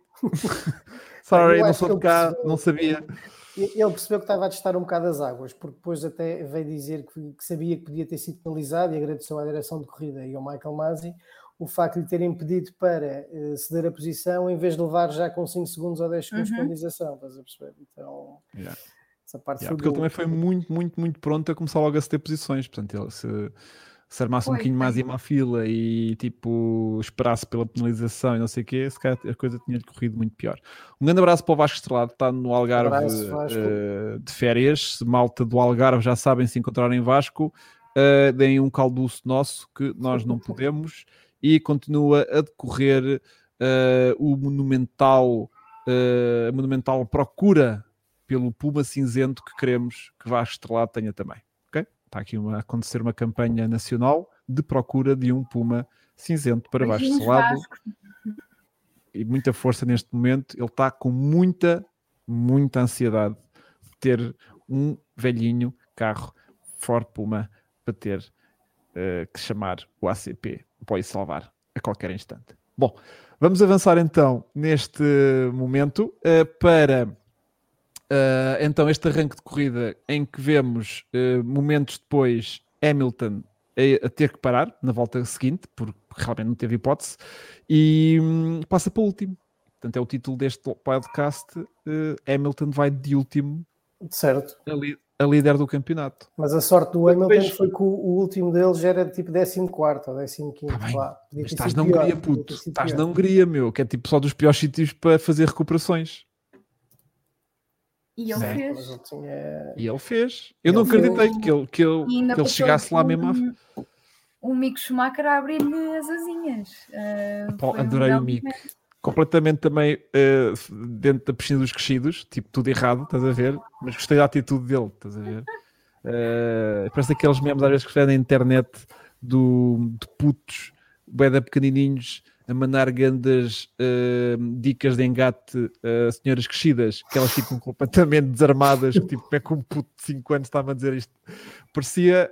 não sou de cá, não sabia. Ele percebeu que estava a testar um bocado as águas, porque depois até veio dizer que sabia que podia ter sido penalizado e agradeceu à direção de corrida e ao Michael Masi o facto de lhe terem pedido para ceder a posição em vez de levar já com 5 segundos ou 10 segundos de penalização, estás a perceber? Então, essa parte foi porque ele também foi muito, muito, muito pronto a começar logo a ceder posições, portanto, ele se armasse um bocadinho mais em uma fila e tipo esperasse pela penalização e não sei o quê, se calhar a coisa tinha corrido muito pior. Um grande abraço para o Vasco Estrelado, está no Algarve de férias. Malta do Algarve já sabem, se encontrarem Vasco, deem um calduço nosso que nós não podemos. E continua a decorrer a monumental procura pelo Puma cinzento que queremos que Vasco Estrelado tenha também. Okay? Está aqui a acontecer uma campanha nacional de procura de um Puma cinzento para Vasco Estrelado. E muita força neste momento. Ele está com muita, muita ansiedade de ter um velhinho carro Ford Puma para ter que chamar o ACP. Pode salvar a qualquer instante. Bom, vamos avançar então neste momento para então este arranque de corrida em que vemos momentos depois Hamilton a ter que parar na volta seguinte, porque realmente não teve hipótese, e passa para o último. Portanto, é o título deste podcast. Hamilton vai de último, certo, a líder do campeonato. Mas a sorte do Hamilton foi que o último deles já era tipo 14º ou 15º. Mas estás na Hungria, puto. Estás na Hungria, meu, que é tipo só dos piores sítios para fazer recuperações. E ele fez. E ele fez. Eu não acreditei que ele chegasse lá mesmo. O Mick Schumacher a abrir-lhe as asinhas. Adorei o Mick. Completamente também dentro da piscina dos crescidos, tipo tudo errado, estás a ver? Mas gostei da atitude dele, estás a ver? Parece aqueles memes às vezes que na internet de putos, bué pequenininhos, a mandar grandes dicas de engate a senhoras crescidas, que elas ficam completamente desarmadas, que tipo, é que um puto de 5 anos estava a dizer isto. Parecia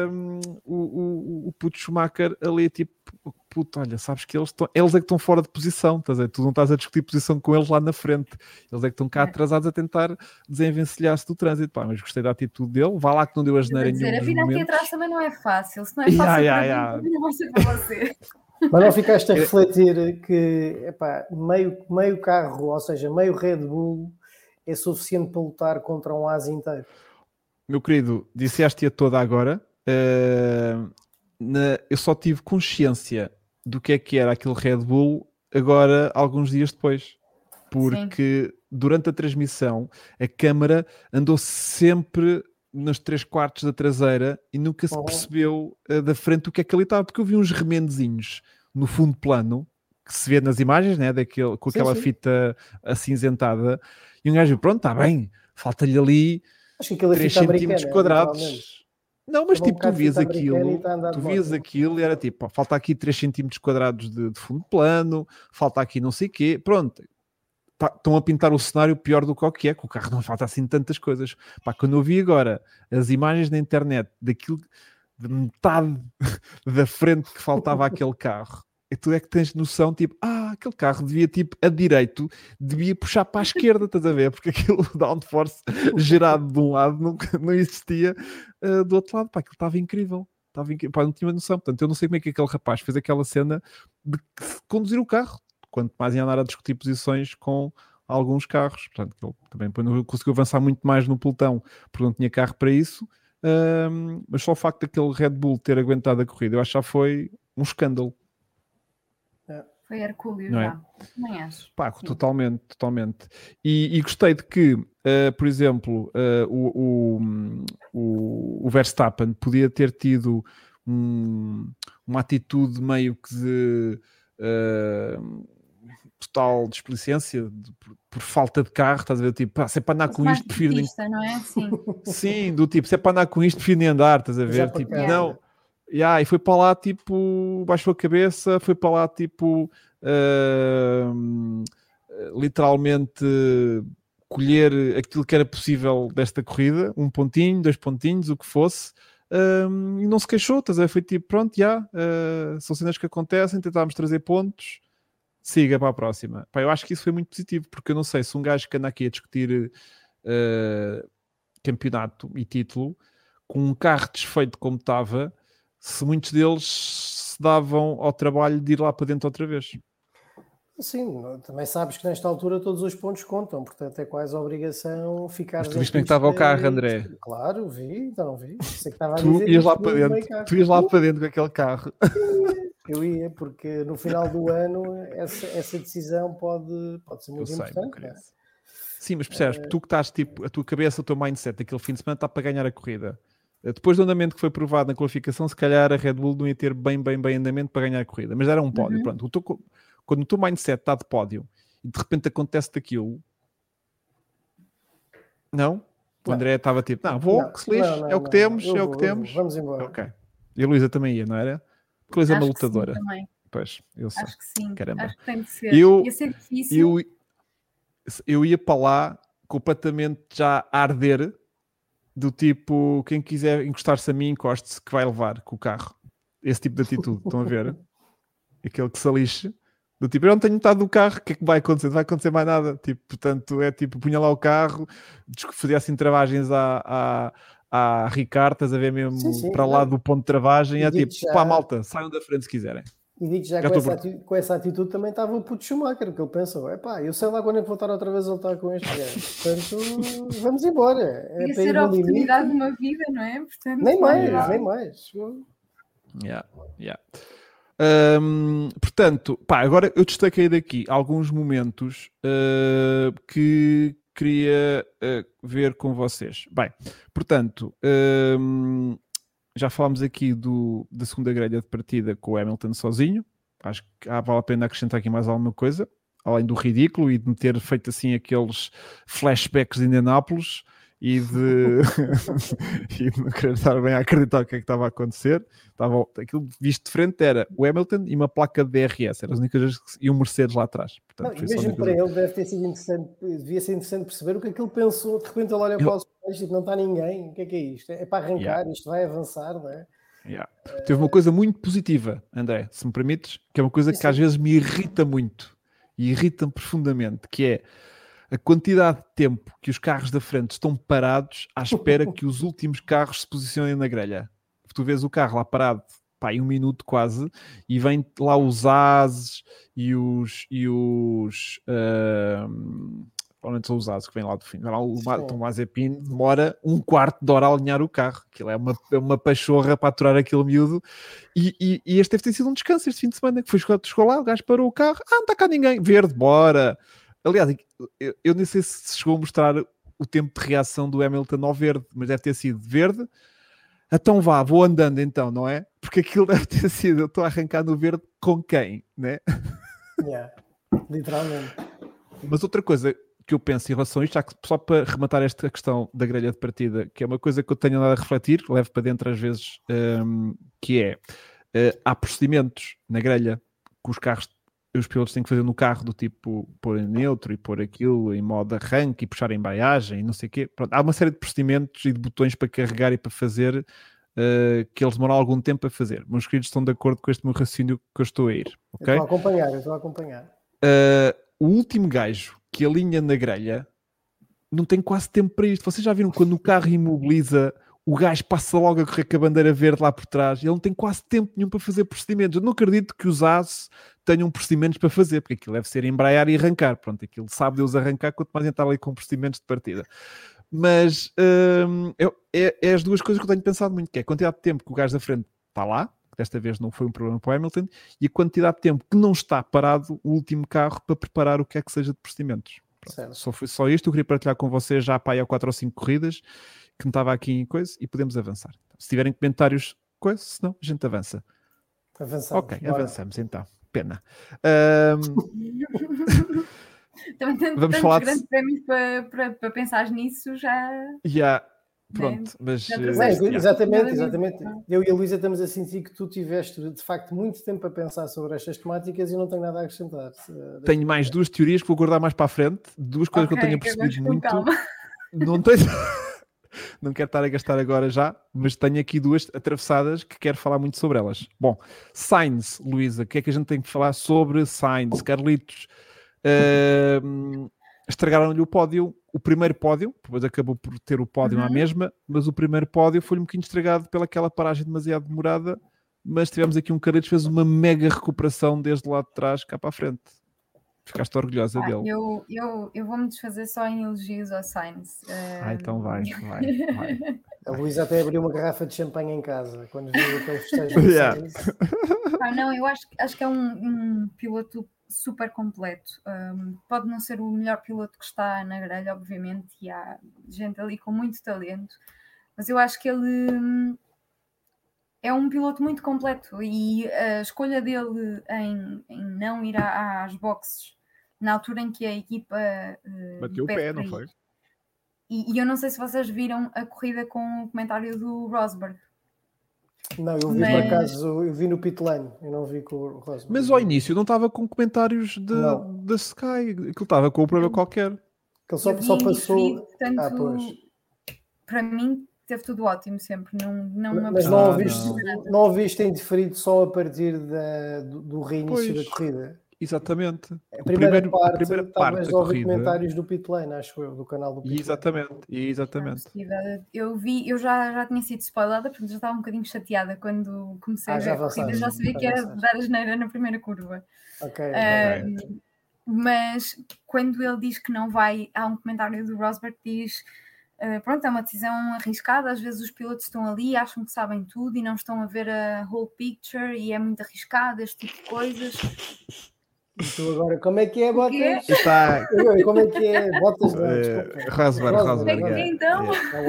o puto Schumacher ali, tipo, puto, olha, sabes que eles é que estão fora de posição, estás a dizer? Tu não estás a discutir posição com eles lá na frente, eles é que estão cá atrasados a tentar desenvencilhar-se do trânsito. Pá, mas gostei da atitude dele, vá lá que não deu a geneira nenhuma. A vida aqui atrás também não é fácil, se não é fácil para mim, não vai ser para você. Mas não ficaste a refletir que meio carro, ou seja, meio Red Bull é suficiente para lutar contra um asa inteiro? Meu querido, disseste-a toda agora. Eu só tive consciência do que era aquele Red Bull agora, alguns dias depois. Porque durante a transmissão, a câmara andou sempre nos 3/4 da traseira e nunca se percebeu da frente o que é que ali estava, porque eu vi uns remendozinhos no fundo plano que se vê nas imagens, né, com aquela fita acinzentada, e um gajo, pronto, está bem, falta-lhe ali 3 centímetros quadrados. Não, mas tipo, tu vias aquilo e era tipo, falta aqui 3 centímetros quadrados de fundo plano, falta aqui não sei o quê, pronto. Estão a pintar o cenário pior do que é, que o carro não falta assim tantas coisas. Pá, quando eu vi agora as imagens na internet daquilo, de metade da frente que faltava àquele carro, e tu é que tens noção, tipo, aquele carro devia, tipo, a direito, devia puxar para a esquerda, estás a ver? Porque aquilo downforce gerado de um lado não existia do outro lado. Pá, aquilo estava incrível. Pá, não tinha noção. Portanto, eu não sei como é que aquele rapaz fez aquela cena de conduzir o carro. Quanto mais ia andar a discutir posições com alguns carros. Portanto, ele também não conseguiu avançar muito mais no pelotão, porque não tinha carro para isso. Mas só o facto daquele Red Bull ter aguentado a corrida, eu acho que já foi um escândalo. Foi hercúleo já. Também acho. Pá, totalmente. E gostei de que, por exemplo, o Verstappen podia ter tido uma atitude meio que de total displicência por falta de carro, estás a ver? Tipo, se é para andar com isto, prefiro nem... não é? Sim, do tipo, se é para andar com isto, prefiro nem andar, estás a ver? Tipo, não. E foi para lá, tipo, baixou a cabeça, foi para lá, tipo, literalmente colher aquilo que era possível desta corrida, 1 pontinho, 2 pontinhos, o que fosse, e não se queixou, estás a ver? Foi tipo, pronto, são cenas que acontecem, tentámos trazer pontos, siga para a próxima. Pá, eu acho que isso foi muito positivo, porque eu não sei se um gajo que anda aqui a discutir campeonato e título, com um carro desfeito como estava, se muitos deles se davam ao trabalho de ir lá para dentro outra vez. Sim, também sabes que nesta altura todos os pontos contam, portanto é quase a obrigação ficar... Mas tu viste como é que estava o carro, André? Claro, vi, então não vi. Sei que estava a dizer ias lá para dentro, tu ias lá para dentro com aquele carro. Eu ia, porque no final do ano essa decisão pode ser muito importante. Não é? Sim, mas percebes, tu que estás tipo, a tua cabeça, o teu mindset, aquele fim de semana está para ganhar a corrida. Depois do andamento que foi provado na qualificação, se calhar a Red Bull não ia ter bem andamento para ganhar a corrida, mas era um pódio. Pronto, quando o teu mindset está de pódio e de repente acontece daquilo, não? O André estava tipo, que se lixe, é o que temos, é o que temos. Vamos embora. Ok. E a Luísa também ia, não era? Porque a Luísa é uma lutadora. Sim, pois, eu sei. Acho que sim. Caramba. Acho que tem de ser. Ia ser difícil. Eu ia para lá completamente já a arder, do tipo, quem quiser encostar-se a mim, encoste-se, que vai levar com o carro. Esse tipo de atitude, estão a ver? Aquele que se alixe. Do tipo, eu não tenho metade do carro, o que é que vai acontecer? Não vai acontecer mais nada. Tipo, portanto, é tipo, punha lá o carro, fazia assim travagens à Ricardo, estás a ver mesmo para lá do ponto de travagem, e é tipo, pá, malta, saiam da frente se quiserem. E digo já com essa atitude também estava o puto Schumacher, que ele pensou, eu sei lá quando é que vou estar outra vez a lutar com este gajo. Portanto, vamos embora. É ser a oportunidade de uma vida, não é? Portanto, nem mais. Portanto, agora eu destaquei daqui alguns momentos que queria ver com vocês. Bem, portanto, já falámos aqui da segunda grelha de partida com o Hamilton sozinho. Acho que vale a pena acrescentar aqui mais alguma coisa, além do ridículo e de me ter feito assim aqueles flashbacks de Indianápolis e de não querer estar bem a acreditar o que é que estava a acontecer. Aquilo visto de frente era o Hamilton e uma placa de DRS, eram as únicas coisas e um Mercedes lá atrás. Portanto, mesmo para ele deve ter sido interessante, devia ser interessante perceber o que é que ele pensou. De repente ele olha para os pés e não está ninguém. O que é isto? É para arrancar, isto vai avançar, não é? Teve uma coisa muito positiva, André, se me permites, que é uma coisa que às vezes me irrita muito e irrita-me profundamente, que é a quantidade de tempo que os carros da frente estão parados à espera que os últimos carros se posicionem na grelha. Tu vês o carro lá parado, em 1 minuto quase, e vem lá os ases e os provavelmente são os ases que vêm lá do fim. O Mazepin demora 1/4 de hora a alinhar o carro. Aquilo é uma pachorra para aturar aquele miúdo. E este deve ter sido um descanso este fim de semana, que chegou lá, o gajo parou o carro, não está cá ninguém, verde, bora. Aliás, eu nem sei se chegou a mostrar o tempo de reação do Hamilton ao verde, mas deve ter sido verde. Então vou andando então, não é? Porque aquilo deve ter sido, eu estou a arrancar no verde com quem, né? Literalmente. Mas outra coisa que eu penso em relação a isto, só para rematar esta questão da grelha de partida, que é uma coisa que eu tenho andado a refletir, levo para dentro às vezes, que é, há procedimentos na grelha que os pilotos têm que fazer no carro, do tipo pôr em neutro e pôr aquilo em modo arranque e puxar a embreagem e não sei o quê. Pronto, há uma série de procedimentos e de botões para carregar e para fazer que eles demoram algum tempo a fazer. Meus queridos estão de acordo com este meu raciocínio que eu estou a ir. Okay? Eu estou a acompanhar. O último gajo que alinha na grelha não tem quase tempo para isto. Vocês já viram quando o carro imobiliza, o gajo passa logo a correr com a bandeira verde lá por trás, ele não tem quase tempo nenhum para fazer procedimentos. Eu não acredito que os AS tenham procedimentos para fazer, porque aquilo deve ser embrear e arrancar. Pronto, aquilo sabe Deus arrancar, quanto mais entrar ali com procedimentos de partida. Mas é as duas coisas que eu tenho pensado muito, que é a quantidade de tempo que o gajo da frente está lá, que desta vez não foi um problema para o Hamilton, e a quantidade de tempo que não está parado o último carro para preparar o que é que seja de procedimentos. Só isto eu queria partilhar com vocês já há 4 ou 5 corridas, que não estava aqui em coisa, e podemos avançar. Se tiverem comentários, senão a gente avança. Avançamos. Ok, avançamos então. Pena. Também vamos falar de grandes prémios para pensar nisso já. Pronto, mas... Exatamente. Eu e a Luísa estamos a sentir que tu tiveste, de facto, muito tempo a pensar sobre estas temáticas e não tenho nada a acrescentar. Tenho mais 2 teorias que vou guardar mais para a frente, 2 coisas que eu tenho percebido muito. Não quero estar a gastar agora já, mas tenho aqui 2 atravessadas que quero falar muito sobre elas. Bom, Sainz, Luísa, o que é que a gente tem que falar sobre Sainz? Carlitos, estragaram-lhe o pódio, o primeiro pódio, depois acabou por ter o pódio à mesma, mas o primeiro pódio foi um bocadinho estragado pelaquela paragem demasiado demorada, mas tivemos aqui um Carlitos que fez uma mega recuperação desde lá de trás cá para a frente. Ficaste orgulhosa dele. Eu vou-me desfazer só em elogios ao Sainz. Então vai. A Luísa até abriu uma garrafa de champanhe em casa quando viu aquele festejo do Sainz. Não, eu acho que é um piloto super completo. Pode não ser o melhor piloto que está na grelha, obviamente, e há gente ali com muito talento, mas eu acho que ele é um piloto muito completo e a escolha dele em não ir às boxes na altura em que a equipa bateu o pé, não foi? E eu não sei se vocês viram a corrida com o comentário do Rosberg. Não, eu vi por acaso, eu vi no pit lane, eu não vi com o Rosberg. Mas ao início não estava com comentários da Sky, aquilo estava com o problema qualquer. Que ele só passou... Portanto, para mim teve tudo ótimo sempre. Mas não ouviste indiferido só a partir do reinício da corrida? Exatamente. A primeira parte da corrida. comentários do Pit Lane, acho eu, do canal do Pit Lane. Exatamente. Eu já tinha sido spoilada, portanto já estava um bocadinho chateada quando comecei a ver a corrida. Já sabia que era dar a geneira na primeira curva. Mas quando ele diz que não vai, há um comentário do Rosberg que diz: pronto, é uma decisão arriscada, às vezes os pilotos estão ali, acham que sabem tudo e não estão a ver a whole picture e é muito arriscado este tipo de coisas. E tu agora, como é que é, Bottas? Como é que é, Bottas? Rosberg. Então?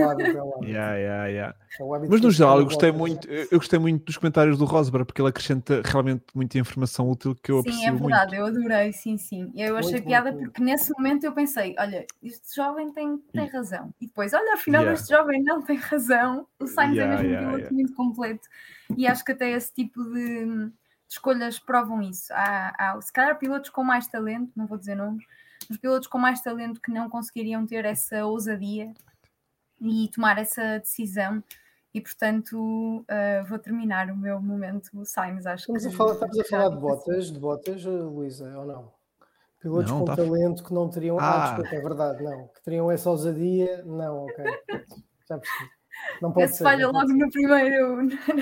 Mas no geral, eu gostei muito dos comentários do Rosberg, porque ele acrescenta realmente muita informação útil que eu aprecio muito. Sim, é verdade, eu adorei, sim. Eu achei piada porque nesse momento eu pensei, olha, este jovem tem razão. E depois, olha, afinal este jovem não tem razão. O Sainz é mesmo um piloto muito completo. E acho que até esse tipo de escolhas provam isso. Há se calhar pilotos com mais talento, não vou dizer nomes, mas pilotos com mais talento que não conseguiriam ter essa ousadia e tomar essa decisão. E portanto vou terminar o meu momento Sainz. Estamos a falar de Bottas, Luísa, ou não? Pilotos com talento que não teriam. Desculpa, é verdade, não. Que teriam essa ousadia, não, ok. Já percebi. Não pode ser. Falha logo no primeiro.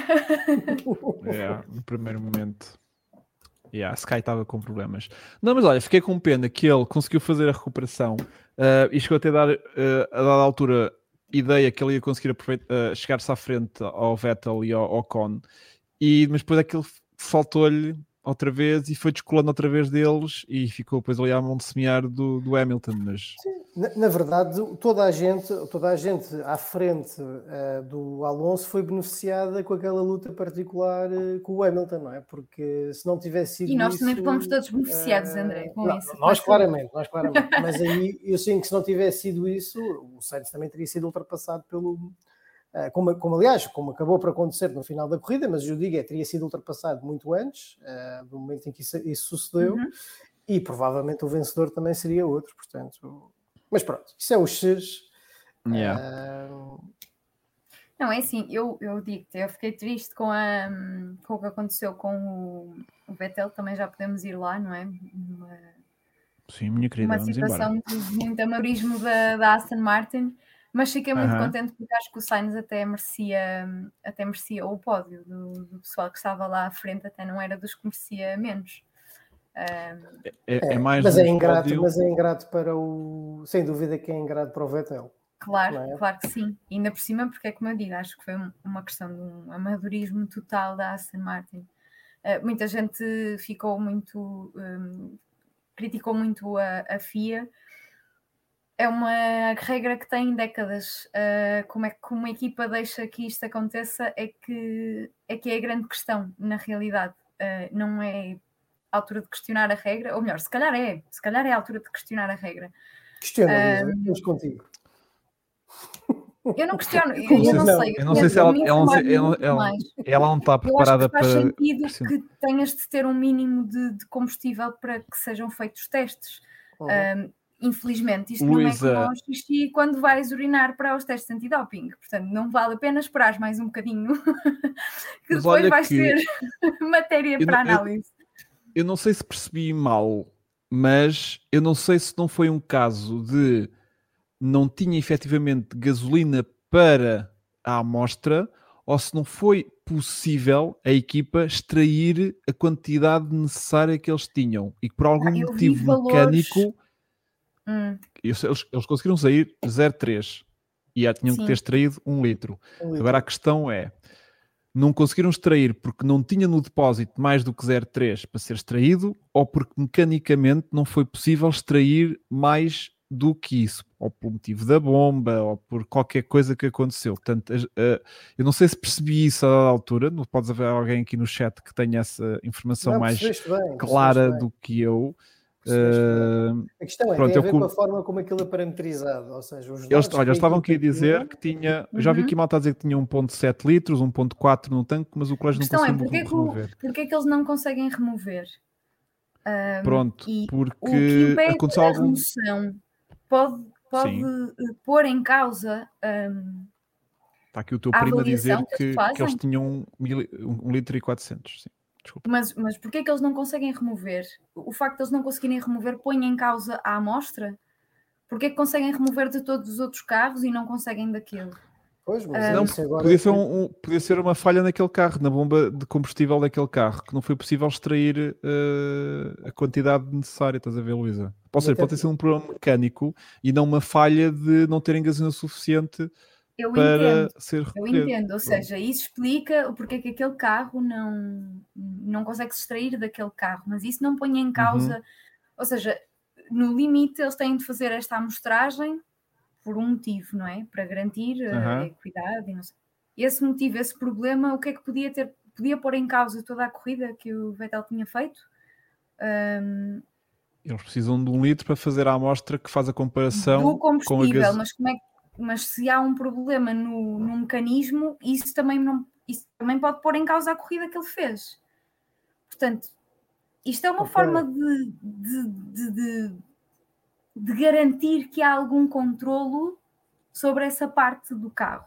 No primeiro momento. Sky estava com problemas. Não, mas olha, fiquei com pena que ele conseguiu fazer a recuperação e chegou até a dar, a dada altura, ideia que ele ia conseguir chegar-se à frente ao Vettel e ao Ocon. Mas depois aquilo faltou-lhe outra vez e foi descolando outra vez deles e ficou depois ali à mão de semear do Hamilton. Mas... Sim, na verdade, toda a gente à frente do Alonso foi beneficiada com aquela luta particular com o Hamilton, não é? Porque se não tivesse sido isso... E nós também fomos todos beneficiados, André, com isso. Nós claramente. Mas aí eu sinto que se não tivesse sido isso, o Sainz também teria sido ultrapassado pelo... Como acabou por acontecer no final da corrida, mas eu digo, teria sido ultrapassado muito antes, do momento em que isso sucedeu, e provavelmente o vencedor também seria outro, portanto... Mas pronto, isso é o X. Não, é assim, eu digo-te, eu fiquei triste com o que aconteceu com o Vettel, também já podemos ir lá, não é? Sim, minha querida, uma situação de muito amadorismo da Aston Martin. Mas fiquei muito contente porque acho que o Sainz até merecia o pódio do pessoal que estava lá à frente, até não era dos que merecia menos. Mais mas é ingrato para o... Sem dúvida que é ingrato para o Vettel. Claro que sim. E ainda por cima, porque é como eu digo, acho que foi uma questão de um amadorismo total da Aston Martin. Muita gente ficou muito... criticou muito a FIA. É uma regra que tem décadas. Como é que uma equipa deixa que isto aconteça é que é a grande questão, na realidade. Não é a altura de questionar a regra, ou melhor, se calhar é a altura de questionar a regra. Questiona, estamos contigo. Eu não questiono, eu não sei. Eu não sei se ela não está preparada para... Faz sentido que tenhas de ter um mínimo de combustível para que sejam feitos testes. Infelizmente, isto Luísa... não é como o xixi quando vais urinar para os testes antidoping. Portanto, não vale a pena esperar mais um bocadinho que depois vais ter matéria para análise. Eu não sei se percebi mal, mas eu não sei se não foi um caso de não tinha efetivamente gasolina para a amostra ou se não foi possível a equipa extrair a quantidade necessária que eles tinham e que por algum motivo mecânico... Eles conseguiram sair 0,3 e já tinham que ter extraído 1 litro. Agora a questão é, não conseguiram extrair porque não tinha no depósito mais do que 0,3 para ser extraído ou porque mecanicamente não foi possível extrair mais do que isso, ou por motivo da bomba ou por qualquer coisa que aconteceu. Portanto, eu não sei se percebi isso à altura, não podes haver alguém aqui no chat que tenha essa informação mais clara do que eu. A questão tem a ver com a forma como aquilo é parametrizado, ou seja, os eles estavam aqui a dizer que tinha, já vi aqui malta a dizer que tinha 1.7 litros, 1.4 no tanque, mas o colégio não conseguiu remover. Porquê é que eles não conseguem remover? Pronto, porque aconteceu algum... remoção pode pôr em causa está aqui o teu primo a dizer que eles tinham 1 litro e 400, sim. Desculpa. Mas porquê é que eles não conseguem remover? O facto de eles não conseguirem remover põe em causa a amostra? Porquê é que conseguem remover de todos os outros carros e não conseguem daquele? Pois, mas não, agora podia ser uma falha naquele carro, na bomba de combustível daquele carro, que não foi possível extrair a quantidade necessária, estás a ver, Luísa? Ou seja, pode ter sido um problema mecânico e não uma falha de não terem gasolina suficiente para ser recolhido. Eu entendo, ou seja, isso explica o porquê que aquele carro não consegue se extrair daquele carro, mas isso não põe em causa, ou seja, no limite eles têm de fazer esta amostragem por um motivo, não é? Para garantir a equidade e não sei. Esse motivo, esse problema, o que é que podia pôr em causa toda a corrida que o Vettel tinha feito? Eles precisam de 1 litro para fazer a amostra que faz a comparação do combustível, mas se há um problema no mecanismo, isso também pode pôr em causa a corrida que ele fez. Portanto, isto é uma forma de garantir que há algum controlo sobre essa parte do carro.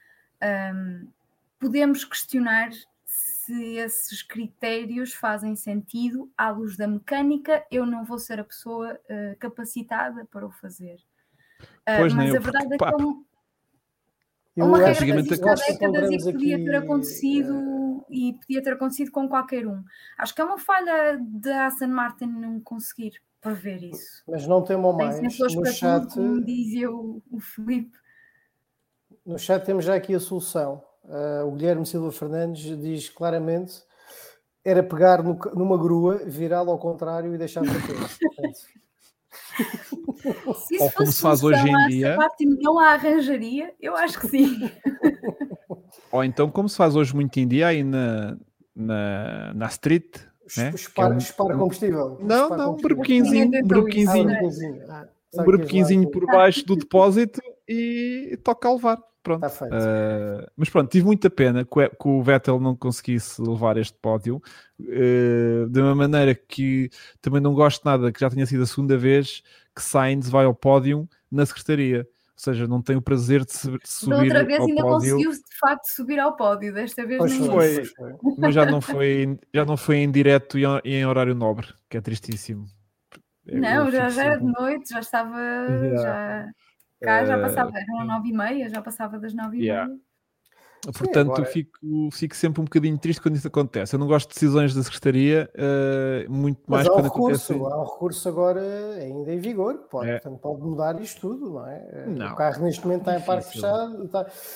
Podemos questionar se esses critérios fazem sentido à luz da mecânica. Eu não vou ser a pessoa capacitada para o fazer. Pois mas a verdade é que uma regra há décadas e que podia ter acontecido e podia ter acontecido com qualquer um. Acho que é uma falha da Aston Martin não conseguir prever isso. Mas não temam mais. No chat, como dizia o Filipe. No chat temos já aqui a solução. O Guilherme Silva Fernandes diz claramente: era pegar numa grua, virá-la ao contrário e deixar bater. Se isso fosse se faz hoje em dia, não a arranjaria, eu acho que sim. Ou então, como se faz hoje muito em dia aí na street, né? Espar combustível. Não, um brebequinzinho por baixo do depósito e toca a levar. Pronto. Está feito. Mas pronto, tive muita pena que o Vettel não conseguisse levar este pódio, de uma maneira que também não gosto nada, que já tinha sido a segunda vez que Sainz vai ao pódio na secretaria. Ou seja, não tem o prazer de subir ao pódio. Da outra vez ainda conseguiu de facto subir ao pódio, desta vez nem foi. Mas já não foi em direto e em horário nobre, que é tristíssimo. Não, já era de noite, já estava... Cá já passava, eram 9h30, já passava das 9h30. Portanto, agora... fico sempre um bocadinho triste quando isso acontece. Eu não gosto de decisões da secretaria, muito mais quando acontece. Há um recurso agora ainda em vigor, portanto, pode mudar isto tudo, não é? Não. O carro neste momento está em parque fechado,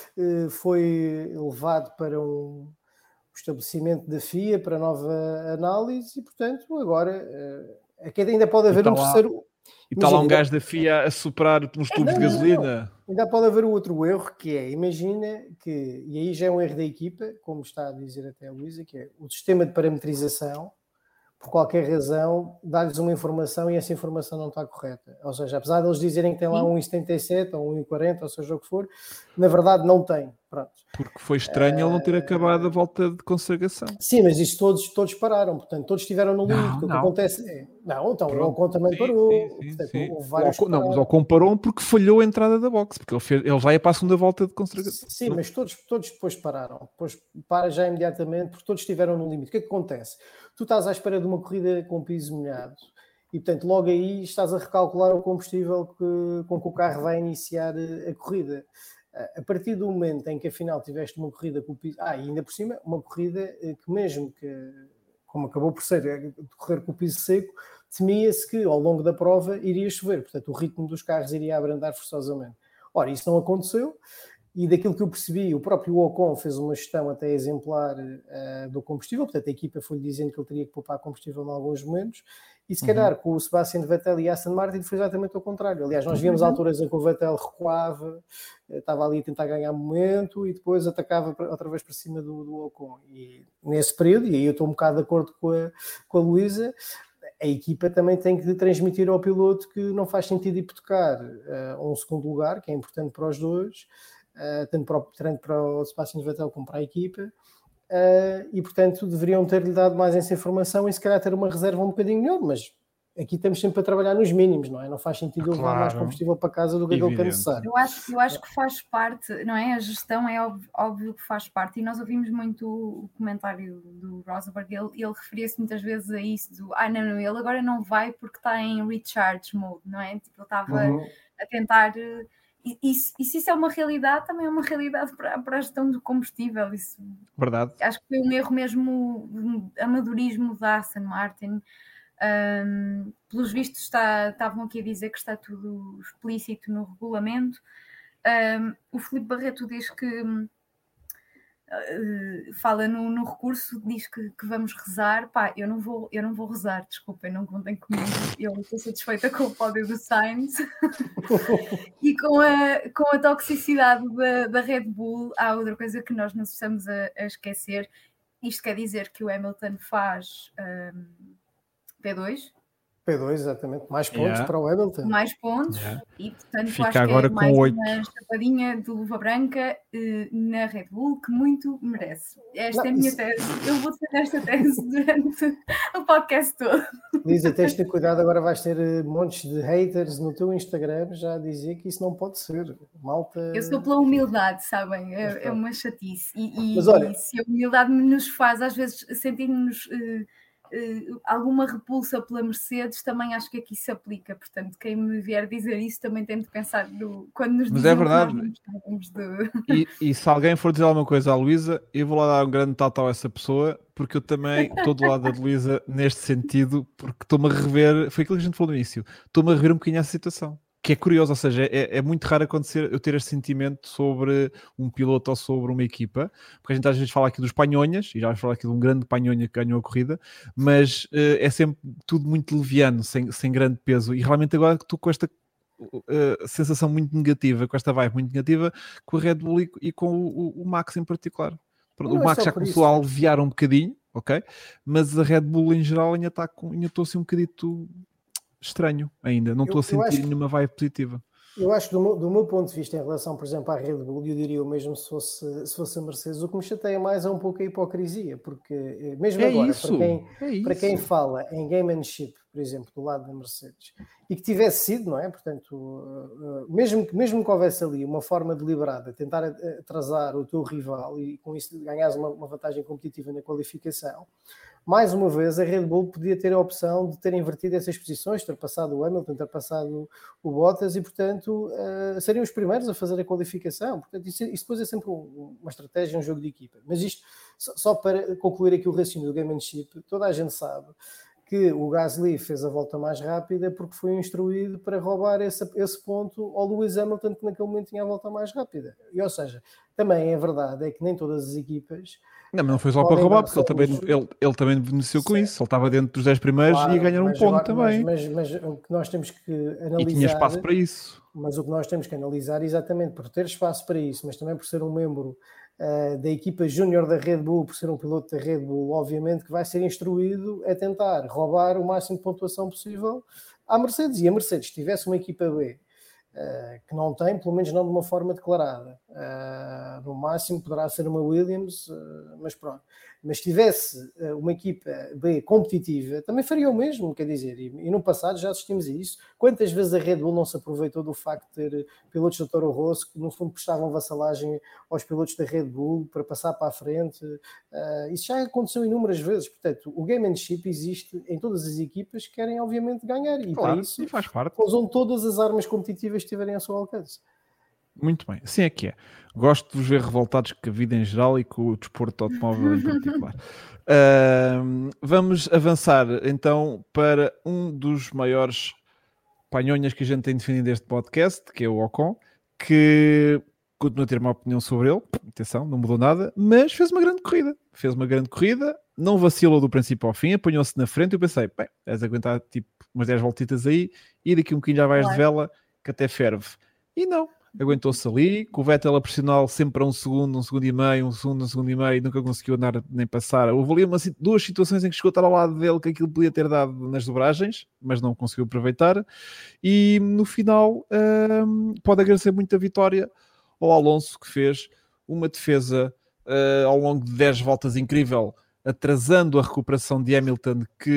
foi levado para um estabelecimento da FIA para nova análise e, portanto, agora aqui ainda pode haver um terceiro... E está lá um gajo da FIA a superar pelos tubos de gasolina. Ainda pode haver um outro erro, que é, imagina que, e aí já é um erro da equipa, como está a dizer até a Luísa, que é o sistema de parametrização, por qualquer razão, dá-lhes uma informação e essa informação não está correta. Ou seja, apesar de eles dizerem que tem lá 1,77 ou 1,40, ou seja o que for, na verdade não tem. Pronto. Porque foi estranho ele não ter acabado a volta de consagração. Sim, mas isso todos pararam, portanto, todos estiveram no limite. O que acontece é... Não, então o Ocon também parou. Mas o Ocon parou porque falhou a entrada da boxe, porque ele já ia para a segunda volta de consagração. Sim, mas todos depois pararam. Depois para já imediatamente, porque todos estiveram no limite. O que é que acontece? Tu estás à espera de uma corrida com piso molhado e, portanto, logo aí estás a recalcular o combustível com que o carro vai iniciar a corrida. A partir do momento em que, afinal, tiveste uma corrida com o piso... e ainda por cima, uma corrida que mesmo que, como acabou por ser, decorrer com o piso seco, temia-se que, ao longo da prova, iria chover. Portanto, o ritmo dos carros iria abrandar forçosamente. Ora, isso não aconteceu. E daquilo que eu percebi, o próprio Ocon fez uma gestão até exemplar do combustível, portanto a equipa foi-lhe dizendo que ele teria que poupar combustível em alguns momentos, e se calhar com o Sebastian Vettel e a Aston Martin foi exatamente ao contrário. Aliás, nós víamos alturas em que o Vettel recuava, estava ali a tentar ganhar momento e depois atacava outra vez para cima do Ocon. E nesse período, e aí eu estou um bocado de acordo com a Luísa, a equipa também tem que transmitir ao piloto que não faz sentido hipotecar um segundo lugar, que é importante para os dois, tanto para o Sebastian Vettel como para a equipa, e portanto deveriam ter-lhe dado mais essa informação e se calhar ter uma reserva um bocadinho melhor, mas aqui estamos sempre a trabalhar nos mínimos, não é? Não faz sentido eu levar mais combustível para casa do que aquilo que é necessário. Eu acho que faz parte, não é? A gestão é óbvio que faz parte, e nós ouvimos muito o comentário do Rosenberg, ele referia-se muitas vezes a isso, não, ele agora não vai porque está em recharge mode, não é? Tipo, ele estava a tentar... E se isso é uma realidade, também é uma realidade para a gestão do combustível. Isso, verdade. Acho que foi um erro mesmo de amadorismo da Aston Martin. Pelos vistos estavam aqui a dizer que está tudo explícito no regulamento. O Filipe Barreto diz que fala no recurso, diz que vamos rezar. Pá, eu não vou rezar, desculpem, não contem comigo, eu estou satisfeita com o pódio do Sainz. E com a toxicidade da Red Bull, há outra coisa que nós não estamos a esquecer. Isto quer dizer que o Hamilton faz P2, exatamente. Mais pontos para o Hamilton. Mais pontos. E, portanto, fica acho agora que é com mais 8. uma chapadinha de luva branca na Red Bull, que muito merece. Esta é a minha tese. Eu vou ter esta tese durante o podcast todo. Lisa, tens de ter cuidado, agora vais ter montes de haters no teu Instagram já a dizer que isso não pode ser. Malta... Eu sou pela humildade, sabem? É uma chatice. Mas olha, e se a humildade nos faz, às vezes, sentirmos... alguma repulsa pela Mercedes, também acho que aqui se aplica, portanto quem me vier dizer isso também tem de pensar quando nos dizem. Mas é verdade, e se alguém for dizer alguma coisa à Luísa, eu vou lá dar um grande tal a essa pessoa, porque eu também estou do lado da Luísa neste sentido, porque estou-me a rever, foi aquilo que a gente falou no início, estou-me a rever um bocadinho essa situação, que é curioso, ou seja, é muito raro acontecer eu ter este sentimento sobre um piloto ou sobre uma equipa, porque a gente às vezes fala aqui dos panhonhas, e já vamos falar aqui de um grande panhonha que ganhou a corrida, mas é sempre tudo muito leviano, sem grande peso, e realmente agora estou com esta sensação muito negativa, com esta vibe muito negativa, com a Red Bull e com o Max em particular. O Max já começou a aliviar um bocadinho, ok? Mas a Red Bull em geral ainda estou assim um bocadito... estranho ainda, não estou a sentir nenhuma vibe positiva. Eu acho que do meu ponto de vista em relação, por exemplo, à Red Bull, eu diria o mesmo se fosse a Mercedes, o que me chateia mais é um pouco a hipocrisia, porque mesmo agora, para quem fala em gamemanship, por exemplo, do lado da Mercedes, e que tivesse sido, não é? Portanto, mesmo que houvesse ali uma forma deliberada de tentar atrasar o teu rival e com isso ganhares uma vantagem competitiva na qualificação, mais uma vez a Red Bull podia ter a opção de ter invertido essas posições, ter passado o Hamilton, ter passado o Bottas e, portanto, seriam os primeiros a fazer a qualificação. Portanto, isso depois é sempre uma estratégia, um jogo de equipa. Mas isto, só para concluir aqui o raciocínio do gamemanship, toda a gente sabe que o Gasly fez a volta mais rápida porque foi instruído para roubar esse ponto ao Lewis Hamilton, que naquele momento tinha a volta mais rápida. E, ou seja, também é verdade, é que nem todas as equipas... Não, mas não foi só para roubar, porque ele também beneficiou com isso. Ele estava dentro dos 10 primeiros e ia ganhar um ponto também. Mas o que nós temos que analisar... E tinha espaço para isso. Mas o que nós temos que analisar, exatamente por ter espaço para isso, mas também por ser um membro da equipa júnior da Red Bull, por ser um piloto da Red Bull, obviamente que vai ser instruído a tentar roubar o máximo de pontuação possível à Mercedes. E a Mercedes, se tivesse uma equipa B, que não tem, pelo menos não de uma forma declarada, no máximo poderá ser uma Williams, mas pronto. Mas se tivesse uma equipa B competitiva, também faria o mesmo, quer dizer, e no passado já assistimos a isso. Quantas vezes a Red Bull não se aproveitou do facto de ter pilotos da Toro Rosso que no fundo prestavam vassalagem aos pilotos da Red Bull para passar para a frente? Isso já aconteceu inúmeras vezes. Portanto, o gamemanship existe em todas as equipas que querem obviamente ganhar, e claro, para isso faz parte. usam todas as armas competitivas que tiverem ao seu alcance. Muito bem, assim é que é. Gosto de vos ver revoltados com a vida em geral e com o desporto automóvel em particular. Vamos avançar então para um dos maiores panhonhas que a gente tem definido neste podcast, que é o Ocon, que continua a ter uma opinião sobre ele, atenção, não mudou nada, mas fez uma grande corrida, não vacilou do princípio ao fim, apanhou-se na frente e eu pensei, bem, és aguentar tipo umas 10 voltitas aí e daqui um bocadinho já vais de vela que até ferve. E não. Aguentou-se ali, com o Vettel a pressionar sempre a um segundo e meio, nunca conseguiu andar nem passar. Houve ali duas situações em que chegou a estar ao lado dele que aquilo podia ter dado nas dobragens, mas não conseguiu aproveitar. E no final pode agradecer muito a vitória ao Alonso, que fez uma defesa ao longo de 10 voltas incrível, atrasando a recuperação de Hamilton, que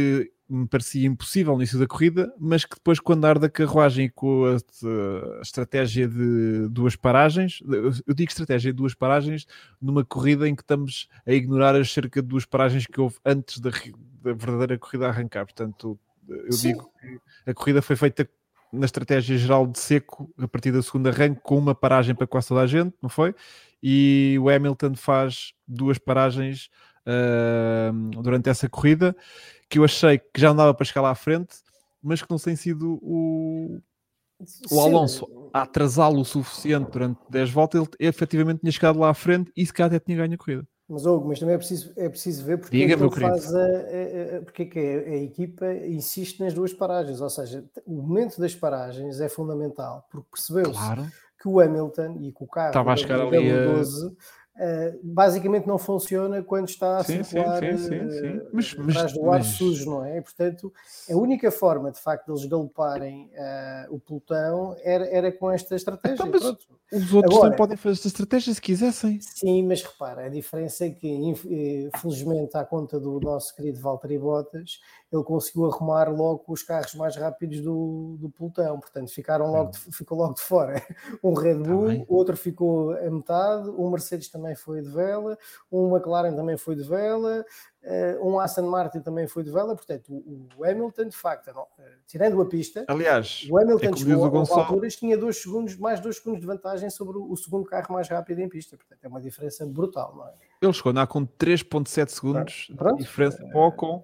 me parecia impossível no início da corrida, mas que depois, quando a ar da carruagem e com a estratégia de 2 paragens, eu digo estratégia de 2 paragens numa corrida em que estamos a ignorar as cerca de 2 paragens que houve antes da verdadeira corrida a arrancar. Portanto, eu digo que a corrida foi feita na estratégia geral de seco a partir da segunda arranque, com uma paragem para quase toda a gente, não foi? E o Hamilton faz 2 paragens durante essa corrida, que eu achei que já não dava para chegar lá à frente, mas que não tem sido o Alonso a atrasá-lo o suficiente durante 10 voltas, ele efetivamente tinha chegado lá à frente e se calhar até tinha ganho a corrida. Mas também é preciso ver porque é que ele faz porque é que a equipa insiste nas 2 paragens, ou seja, o momento das paragens é fundamental, porque percebeu-se que o Hamilton e que o carro estava a chegar ali basicamente não funciona quando está a circular atrás do ar sujo, não é? E, portanto, a única forma, de facto, de eles galoparem o pelotão era com esta estratégia. Então, os outros também podem fazer esta estratégia se quisessem. Sim, mas repara, a diferença é que, felizmente, à conta do nosso querido Valtteri Bottas, ele conseguiu arrumar logo os carros mais rápidos do pelotão, portanto, ficou logo de fora. Um Red Bull, outro ficou a metade, um Mercedes também foi de vela, um McLaren também foi de vela, um Aston Martin também foi de vela, portanto, o Hamilton, de facto, tirando a pista, aliás, o Hamilton chegou a alturas, tinha 2 segundos, mais 2 segundos de vantagem sobre o segundo carro mais rápido em pista, portanto, é uma diferença brutal, não é? Ele chegou com 3.7 segundos de diferença para o Ocon,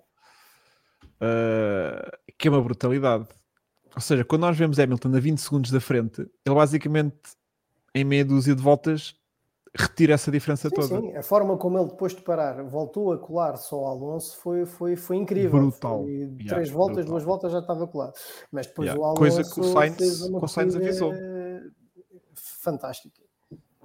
que é uma brutalidade. Ou seja, quando nós vemos Hamilton a 20 segundos da frente, ele basicamente, em meia dúzia de voltas, retira essa diferença toda. Sim, a forma como ele depois de parar voltou a colar só ao Alonso foi incrível. Brutal. 3 voltas, 2 voltas já estava colado. Mas depois o Alonso coisa que o Sainz avisou. Fantástica.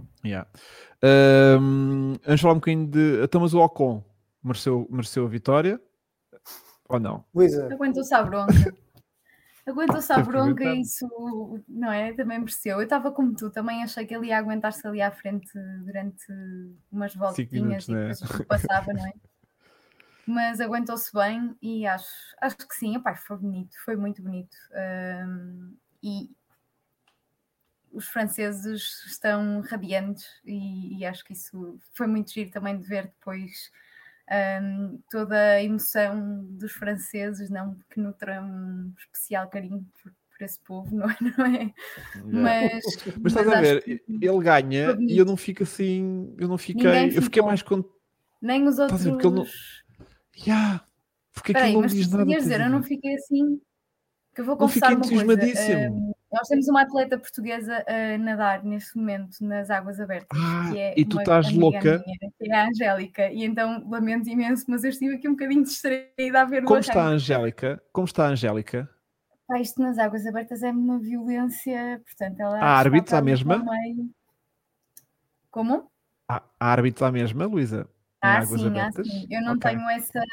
Vamos falar um bocadinho de... Então, mas o Ocon mereceu a vitória? Ou não? Aguentou-se a bronca. Aguentou-se a bronca e isso, não é? Também mereceu. Eu estava como tu, também achei que ele ia aguentar-se ali à frente durante umas voltinhas e depois passava, não é? Mas aguentou-se bem e acho que sim. Epá, foi bonito, foi muito bonito. E os franceses estão radiantes e acho que isso foi muito giro também de ver depois toda a emoção dos franceses, não que nutram um especial carinho por esse povo, não é? Mas estás a ver, ele ganha e eu não fico assim, eu fiquei mais contente. Nem os outros. Porque ele não... porque aquilo não diz nada. Quer dizer, eu não fiquei assim. Que eu vou confessar uma coisa. Nós temos uma atleta portuguesa a nadar neste momento nas águas abertas, que é e tu estás louca, minha, que é a Angélica, e então lamento imenso, mas eu estive aqui um bocadinho distraída a ver Como está a Angélica? Isto nas águas abertas é uma violência, portanto ela... Há árbitros à mesma? Como? Há árbitros à mesma, Luísa? Sim. Eu não tenho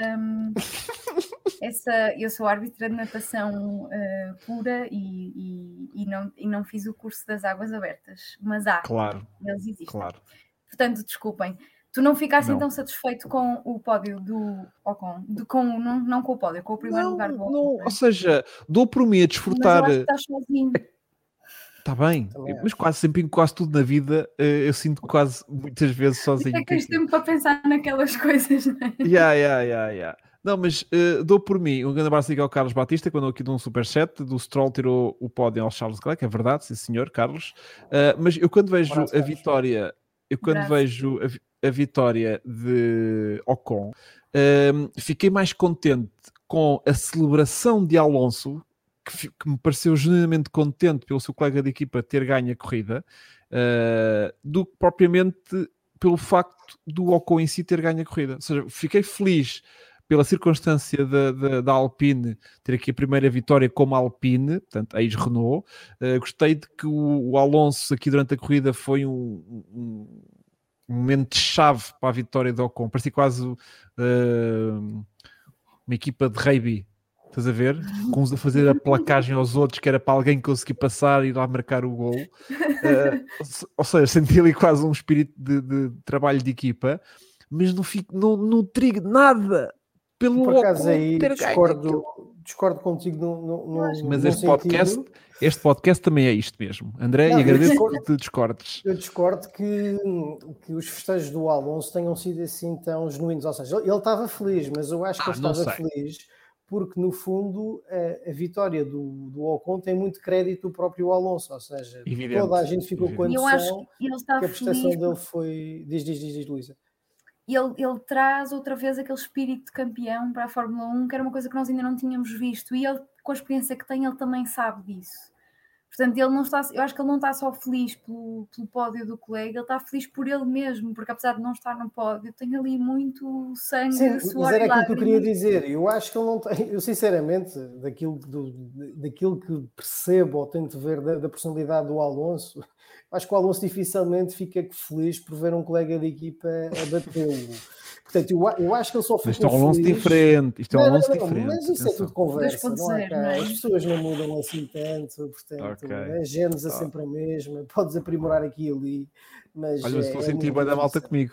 eu sou árbitra de natação pura e não fiz o curso das águas abertas, mas eles existem. Claro. Portanto, desculpem. Tu não ficaste então satisfeito com o pódio do Ocon? Não com o pódio, com o primeiro lugar do Ocon? Não, ou seja, dou por mim a desfrutar... Mas eu acho que estás sozinho. Está bem, mas quase sempre em quase tudo na vida eu sinto quase muitas vezes sozinho. É que tens tempo para pensar naquelas coisas, não é? Não, mas dou por mim um grande abraço aqui ao Carlos Batista, que mandou aqui de um superchat, do Stroll tirou o pódio ao Charles Leclerc, é verdade, sim senhor, Carlos. Mas eu quando vejo a vitória, vejo a vitória de Ocon, fiquei mais contente com a celebração de Alonso, que me pareceu genuinamente contente pelo seu colega de equipa ter ganho a corrida, do que propriamente pelo facto do Ocon em si ter ganho a corrida. Ou seja, fiquei feliz pela circunstância da Alpine ter aqui a primeira vitória como Alpine, portanto, ex-Renault. Gostei de que o Alonso aqui durante a corrida foi um momento de chave para a vitória do Ocon. Parecia quase uma equipa de rugby. Estás a ver? Com uns a fazer a placagem aos outros, que era para alguém conseguir passar e ir lá marcar o gol. Ou seja, senti ali quase um espírito de trabalho de equipa, mas não trigo nada pelo por acaso aí ter discordo contigo mas este podcast também é isto mesmo. André, e agradeço que te discordes. Eu discordo que os festejos do Alonso tenham sido assim tão genuínos. Ou seja, ele estava feliz, mas eu acho que ele estava feliz porque, no fundo, a vitória do Ocon tem muito crédito do próprio Alonso. Ou seja, toda a gente ficou com a noção que a prestação dele foi... Diz, Luísa. Ele traz outra vez aquele espírito de campeão para a Fórmula 1, que era uma coisa que nós ainda não tínhamos visto, e ele, com a experiência que tem, ele também sabe disso. Portanto, ele não está, eu acho que ele não está só feliz pelo pódio do colega, ele está feliz por ele mesmo, porque apesar de não estar no pódio, tem ali muito sangue, suor mas era aquilo que eu queria dizer. Eu acho que ele não tem, eu sinceramente, daquilo que percebo ou tento ver da personalidade do Alonso, acho que o Alonso dificilmente fica feliz por ver um colega de equipa a batê-lo. Portanto, eu acho que ele só ficou Isto é um Alonso diferente. Isto é um Alonso diferente. Mas isso é tudo conversa, não é? As pessoas não mudam assim tanto, portanto, a gênese é sempre a mesma, podes aprimorar aqui e ali. Mas olha, estou a sentir bem da malta comigo.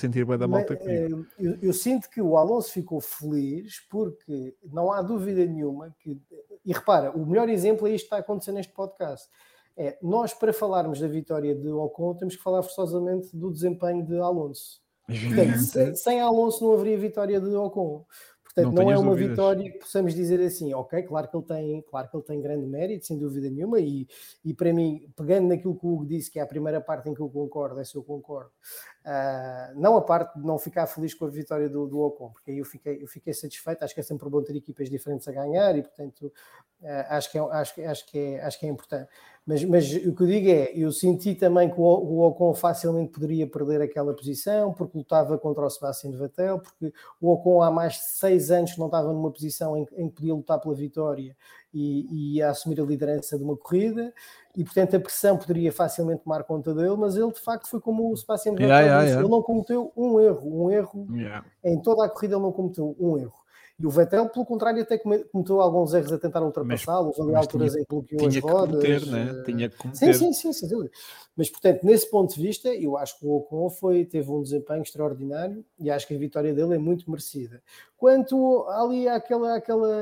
Comigo. Eu sinto que o Alonso ficou feliz porque não há dúvida nenhuma que... E repara, o melhor exemplo é isto que está acontecendo neste podcast. Nós, para falarmos da vitória de Ocon, temos que falar forçosamente do desempenho de Alonso. Portanto, sem Alonso não haveria vitória de Ocon. Portanto, não é uma vitória que possamos dizer assim, ok, claro que ele tem grande mérito, sem dúvida nenhuma, e para mim, pegando naquilo que o Hugo disse, que é a primeira parte em que eu concordo, essa eu concordo, não a parte de não ficar feliz com a vitória do Ocon, porque aí eu fiquei satisfeito, acho que é sempre bom ter equipas diferentes a ganhar, e portanto, acho que é importante. Mas o que eu digo é, eu senti também que o Ocon facilmente poderia perder aquela posição, porque lutava contra o Sebastian Vettel, porque o Ocon há mais de 6 anos que não estava numa posição em que podia lutar pela vitória e ia assumir a liderança de uma corrida, e portanto a pressão poderia facilmente tomar conta dele, mas ele de facto foi como o Sebastian Vettel disse, ele não cometeu um erro, em toda a corrida ele não cometeu um erro. E o Vettel, pelo contrário, até cometeu alguns erros a tentar ultrapassá-lo, houve ali alturas em que bloqueou as rodas. Tinha que cometer. Sim, sem dúvida. Mas, portanto, nesse ponto de vista, eu acho que o Ocon teve um desempenho extraordinário e acho que a vitória dele é muito merecida. Quanto ali àquela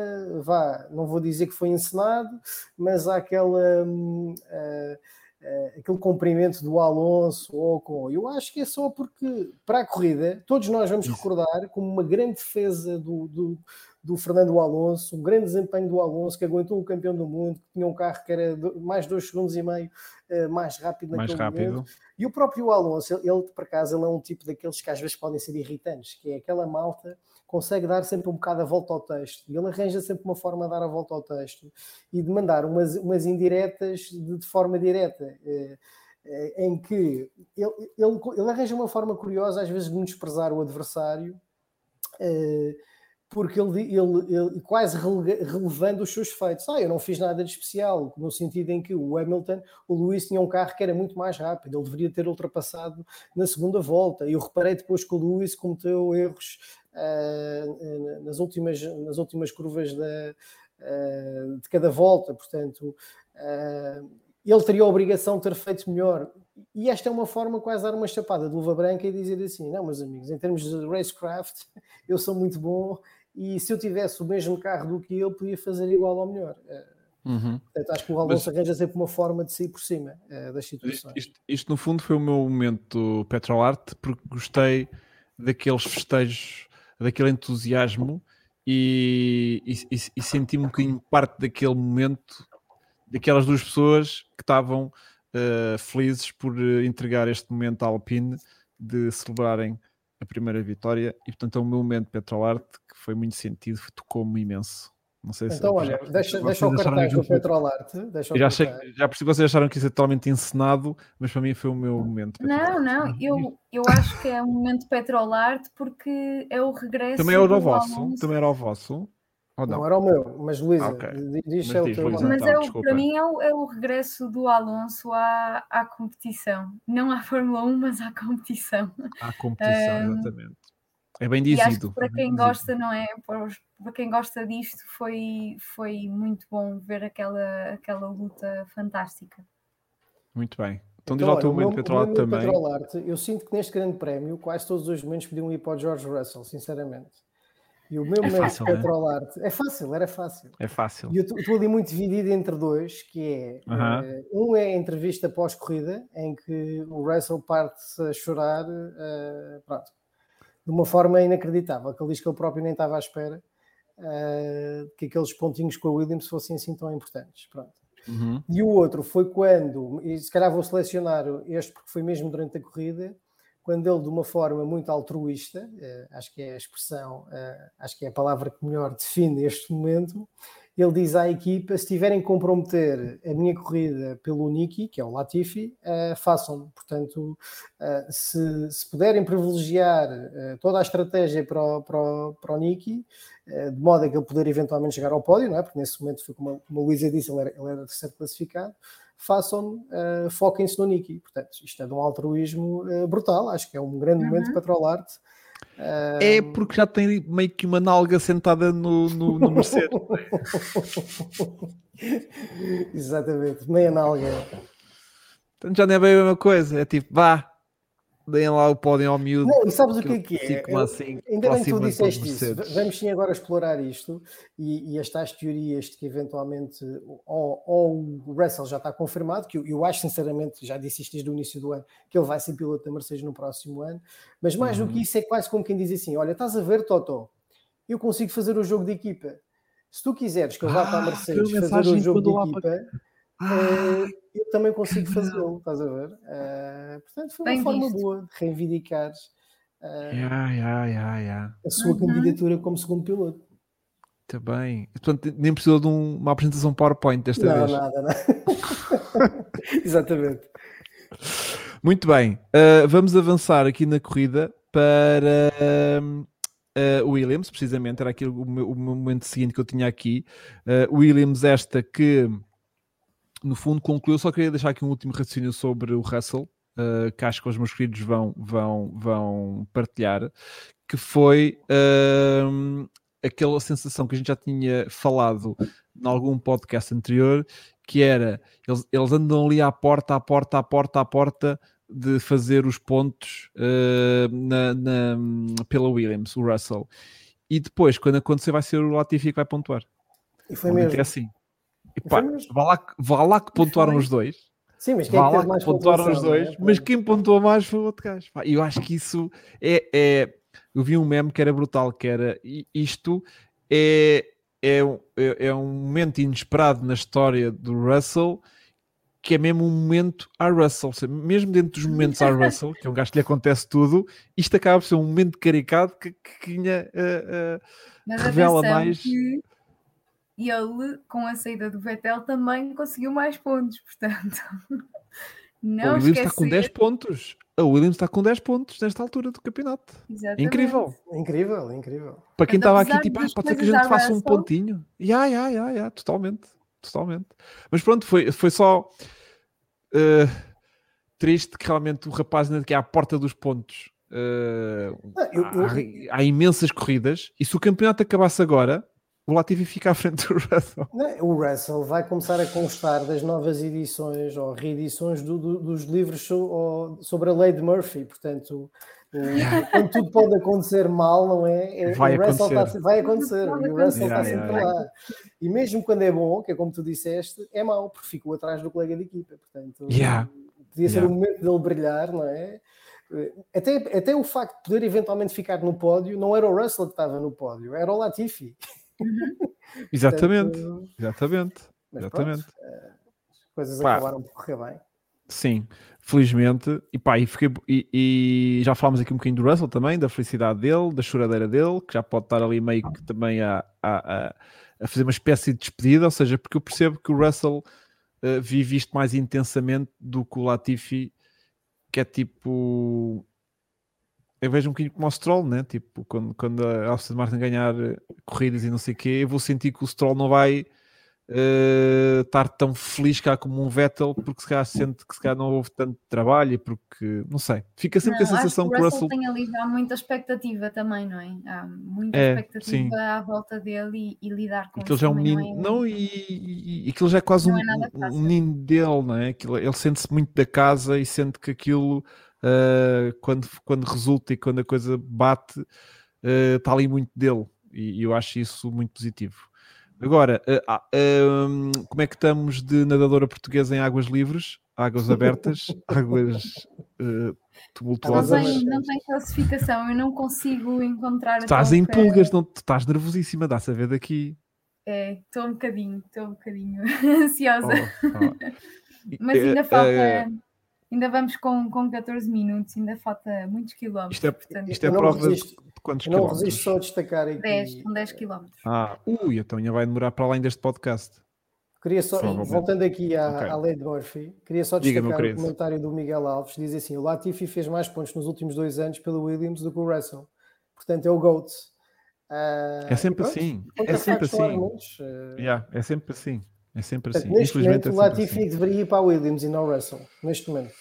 não vou dizer que foi encenado, mas àquela... aquele cumprimento do Alonso ou Ocon, eu acho que é só porque para a corrida todos nós vamos recordar como uma grande defesa do Fernando Alonso, um grande desempenho do Alonso, que aguentou o campeão do mundo, que tinha um carro que era mais 2,5 segundos mais rápido naquele momento. E o próprio Alonso, ele por acaso ele é um tipo daqueles que às vezes podem ser irritantes, que é aquela malta consegue dar sempre um bocado a volta ao texto, e ele arranja sempre uma forma de dar a volta ao texto e de mandar umas indiretas de forma direta, em que ele arranja uma forma curiosa às vezes de desprezar o adversário, porque ele quase relevando os seus feitos. Eu não fiz nada de especial, no sentido em que o Lewis tinha um carro que era muito mais rápido, ele deveria ter ultrapassado na segunda volta, e eu reparei depois que o Lewis cometeu erros nas últimas curvas de cada volta, portanto ele teria a obrigação de ter feito melhor, e esta é uma forma quase de dar uma chapada de luva branca e dizer assim, não, meus amigos, em termos de racecraft eu sou muito bom, e se eu tivesse o mesmo carro do que ele, podia fazer igual ou melhor. Portanto, acho que o Alonso arranja sempre uma forma de sair por cima das situações. Isto no fundo foi o meu momento Petrolarte, porque gostei daqueles festejos, daquele entusiasmo, e senti-me um bocadinho parte daquele momento, daquelas duas pessoas que estavam felizes por entregar este momento à Alpine, de celebrarem a primeira vitória, e portanto é o meu momento Petrolarte, que foi muito sentido, tocou-me imenso. Não sei então, olha, deixa o cartaz do Petrolarte. Já percebi que vocês acharam que isso é totalmente encenado, mas para mim foi o meu momento. Não, eu acho que é um momento Petrolarte porque é o regresso. Também era o vosso? Também era o vosso? Não era o meu, mas Luísa, diz o teu. Mas para mim é o regresso do Alonso à competição. Não à Fórmula 1, mas à competição. À competição, exatamente. É bem dizido. E acho que para quem gosta, não é? Para quem gosta disto, foi muito bom ver aquela luta fantástica. Muito bem. Então diz lá o teu momento Petrolarte também. Petrolarte, eu sinto que neste grande prémio quase todos os momentos podiam ir para o George Russell, sinceramente. E o meu momento de Petrolarte era fácil. É fácil. E eu estou ali muito dividido entre dois, que é um é a entrevista pós-corrida, em que o Russell parte-se a chorar, pronto, de uma forma inacreditável, que ele diz que ele próprio nem estava à espera que aqueles pontinhos com a Williams fossem assim tão importantes. Pronto. E o outro foi quando, e se calhar vou selecionar este porque foi mesmo durante a corrida, quando ele, de uma forma muito altruísta, acho que é a expressão, acho que é a palavra que melhor define este momento, ele diz à equipa: se tiverem que comprometer a minha corrida pelo Niki, que é o Latifi, façam-no. Portanto, se puderem privilegiar toda a estratégia para o Niki, de modo a que ele poder eventualmente chegar ao pódio, não é? Porque nesse momento, foi como a Luísa disse, ele era terceiro classificado, façam, foquem-se no Niki. Portanto, isto é de um altruísmo brutal, acho que é um grande momento de Petrolarte. É porque já tem meio que uma nalga sentada no Mercedes. Exatamente, meia nalga. Então já não é bem a mesma coisa, é tipo, vá, deem lá o pódio ao miúdo. Não, e sabes o que é? Ainda bem que tu disseste isso. Vamos sim agora explorar isto e as tais teorias de que eventualmente ou o Russell já está confirmado, que eu acho sinceramente, já disse isto desde o início do ano, que ele vai ser piloto da Mercedes no próximo ano, mas mais do que isso é quase como quem diz assim: olha, estás a ver, Totó, eu consigo fazer o jogo de equipa. Se tu quiseres que eu vá para a Mercedes fazer o jogo de equipa, eu também consigo fazê-lo, estás a ver? Portanto, foi uma forma boa de reivindicar a sua candidatura como segundo piloto. Muito bem. Portanto, nem precisou de uma apresentação PowerPoint desta vez. Não, nada. Exatamente. Muito bem. Vamos avançar aqui na corrida para Williams, precisamente. Era aquilo o momento seguinte que eu tinha aqui. Williams, esta que no fundo concluiu. Só queria deixar aqui um último raciocínio sobre o Russell, que acho que os meus queridos vão partilhar, que foi aquela sensação que a gente já tinha falado em algum podcast anterior, que era, eles andam ali à porta de fazer os pontos pela Williams, o Russell. E depois, quando acontecer, vai ser o Latifi que vai pontuar. E foi mesmo. É assim. E pá, vá lá que pontuaram os dois. Sim, mas quem é que teve mais pontuaram os dois, mas quem pontuou mais foi o outro gajo. E eu acho que isso é... Eu vi um meme que era brutal, que era isto é um momento inesperado na história do Russell, que é mesmo um momento a Russell. Mesmo dentro dos momentos a Russell, que é um gajo que lhe acontece tudo, isto acaba por ser um momento caricato que revela mais... E ele, com a saída do Vettel, também conseguiu mais pontos, portanto. Não, a Williams está com 10 pontos. A Williams está com 10 pontos nesta altura do campeonato. Exatamente. Incrível. Incrível. Para quem estava aqui, tipo, pode ser que a gente faça um pontinho. Totalmente. Mas pronto, foi só triste que realmente o rapaz ainda que é à porta dos pontos. Há imensas corridas, e se o campeonato acabasse agora, o Latifi fica à frente do Russell. O Russell vai começar a constar das novas edições ou reedições dos livros sobre a lei de Murphy. Portanto, quando tudo pode acontecer mal, não é? Vai acontecer. Vai acontecer. E o Russell está sempre lá. E mesmo quando é bom, que é como tu disseste, é mau, porque ficou atrás do colega de equipa. Portanto, podia ser o momento dele brilhar, não é? Até o facto de poder eventualmente ficar no pódio, não era o Russell que estava no pódio, era o Latifi. Exatamente. Mas pronto, as coisas acabaram por correr bem. Sim, felizmente. E já falámos aqui um bocadinho do Russell também, da felicidade dele, da choradeira dele, que já pode estar ali meio que também a fazer uma espécie de despedida, ou seja, porque eu percebo que o Russell vive isto mais intensamente do que o Latifi, que é tipo... Eu vejo um bocadinho como o Stroll, né? Tipo, quando a Aston Martin ganhar corridas e não sei o quê, eu vou sentir que o Stroll não vai estar tão feliz cá como um Vettel, porque se calhar sente que se calhar não houve tanto trabalho, porque, não sei, fica sempre com a sensação que o Russell tem ali já muita expectativa também, não é? Há muita expectativa à volta dele e lidar com isso. Já é um menino, e aquilo já é quase um menino dele, não é? Ele sente-se muito da casa e sente que aquilo... quando resulta e quando a coisa bate, está ali muito dele. e eu acho isso muito positivo. Agora, como é que estamos de nadadora portuguesa em águas livres, águas abertas, águas tumultuosas? Não tem classificação, eu não consigo encontrar. Estás em pulgas, não, estás nervosíssima, dá-se a ver daqui. Estou um bocadinho ansiosa. Mas ainda falta, ainda vamos com 14 minutos, ainda falta muitos quilómetros. Isto é prova de quantos quilómetros? Não resisto só a destacar aqui. 10 quilómetros. Então ainda vai demorar para além deste podcast. Queria só, voltando aqui à lei de Murphy, queria só destacar o comentário do Miguel Alves, diz assim: o Latifi fez mais pontos nos últimos 2 anos pelo Williams do que o Russell. Portanto, é o GOAT. É sempre assim. É sempre assim. É sempre assim. É sempre assim. Neste momento, o Latifi deveria ir para a Williams e não o Russell. Neste momento.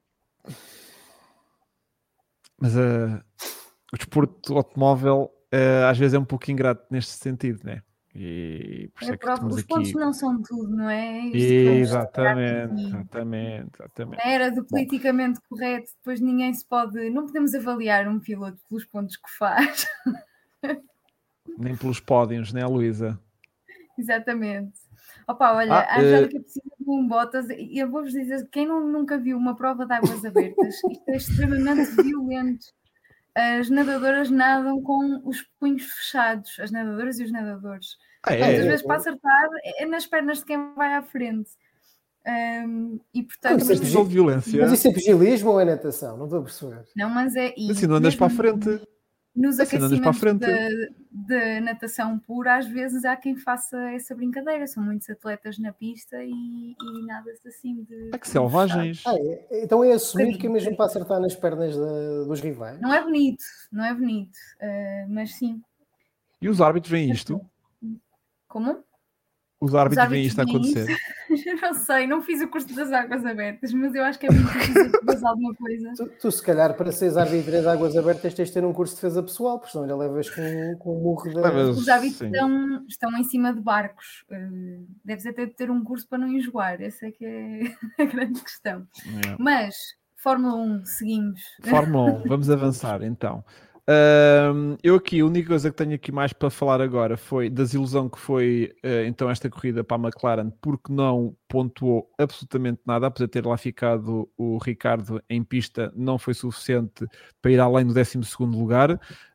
Mas o desporto automóvel às vezes é um pouco ingrato neste sentido, né? E por isso que os pontos não são tudo, não é? Exatamente. Na era do politicamente correto, depois ninguém se pode... Não podemos avaliar um piloto pelos pontos que faz. Nem pelos pódios, né, Luísa? Exatamente. Opa, olha, a Angélica precisa de um Bottas, e eu vou-vos dizer, quem nunca viu uma prova de águas abertas, isto é extremamente violento. As nadadoras nadam com os punhos fechados, as nadadoras e os nadadores. Às vezes para acertar é nas pernas de quem vai à frente. E portanto, mas isso é violência. Mas isso é pugilismo ou é natação? Não estou a perceber. Não, mas é. Assim não andas para a frente. Nos aquecimentos de natação pura, às vezes há quem faça essa brincadeira. São muitos atletas na pista e nada-se assim de. Que selvagens. Então é assumido que é mesmo para acertar nas pernas dos rivais. Não é bonito, mas sim. E os árbitros veem isto? Como? Os árbitros veem isto a acontecer? Não sei, não fiz o curso das águas abertas, mas eu acho que é muito difícil fazer alguma coisa. Tu, se calhar, para seres árbitro de águas abertas, tens de ter um curso de defesa pessoal, porque senão já levas com o murro da... Os árbitros estão em cima de barcos. Deves até ter um curso para não enjoar. Essa é que é a grande questão. Mas, Fórmula 1, seguimos. Fórmula 1, vamos avançar então. Eu aqui, a única coisa que tenho aqui mais para falar agora foi da desilusão que foi então esta corrida para a McLaren, porque não pontuou absolutamente nada, apesar de ter lá ficado o Ricardo em pista, não foi suficiente para ir além do 12º lugar.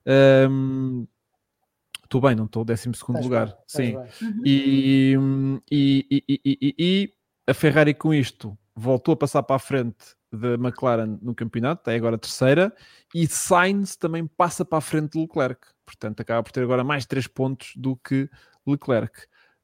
Estou bem, não estou 12º lugar. Bem, sim. Uhum. E a Ferrari com isto voltou a passar para a frente da McLaren no campeonato, é agora terceira, e Sainz também passa para a frente de Leclerc, portanto acaba por ter agora mais 3 pontos do que Leclerc.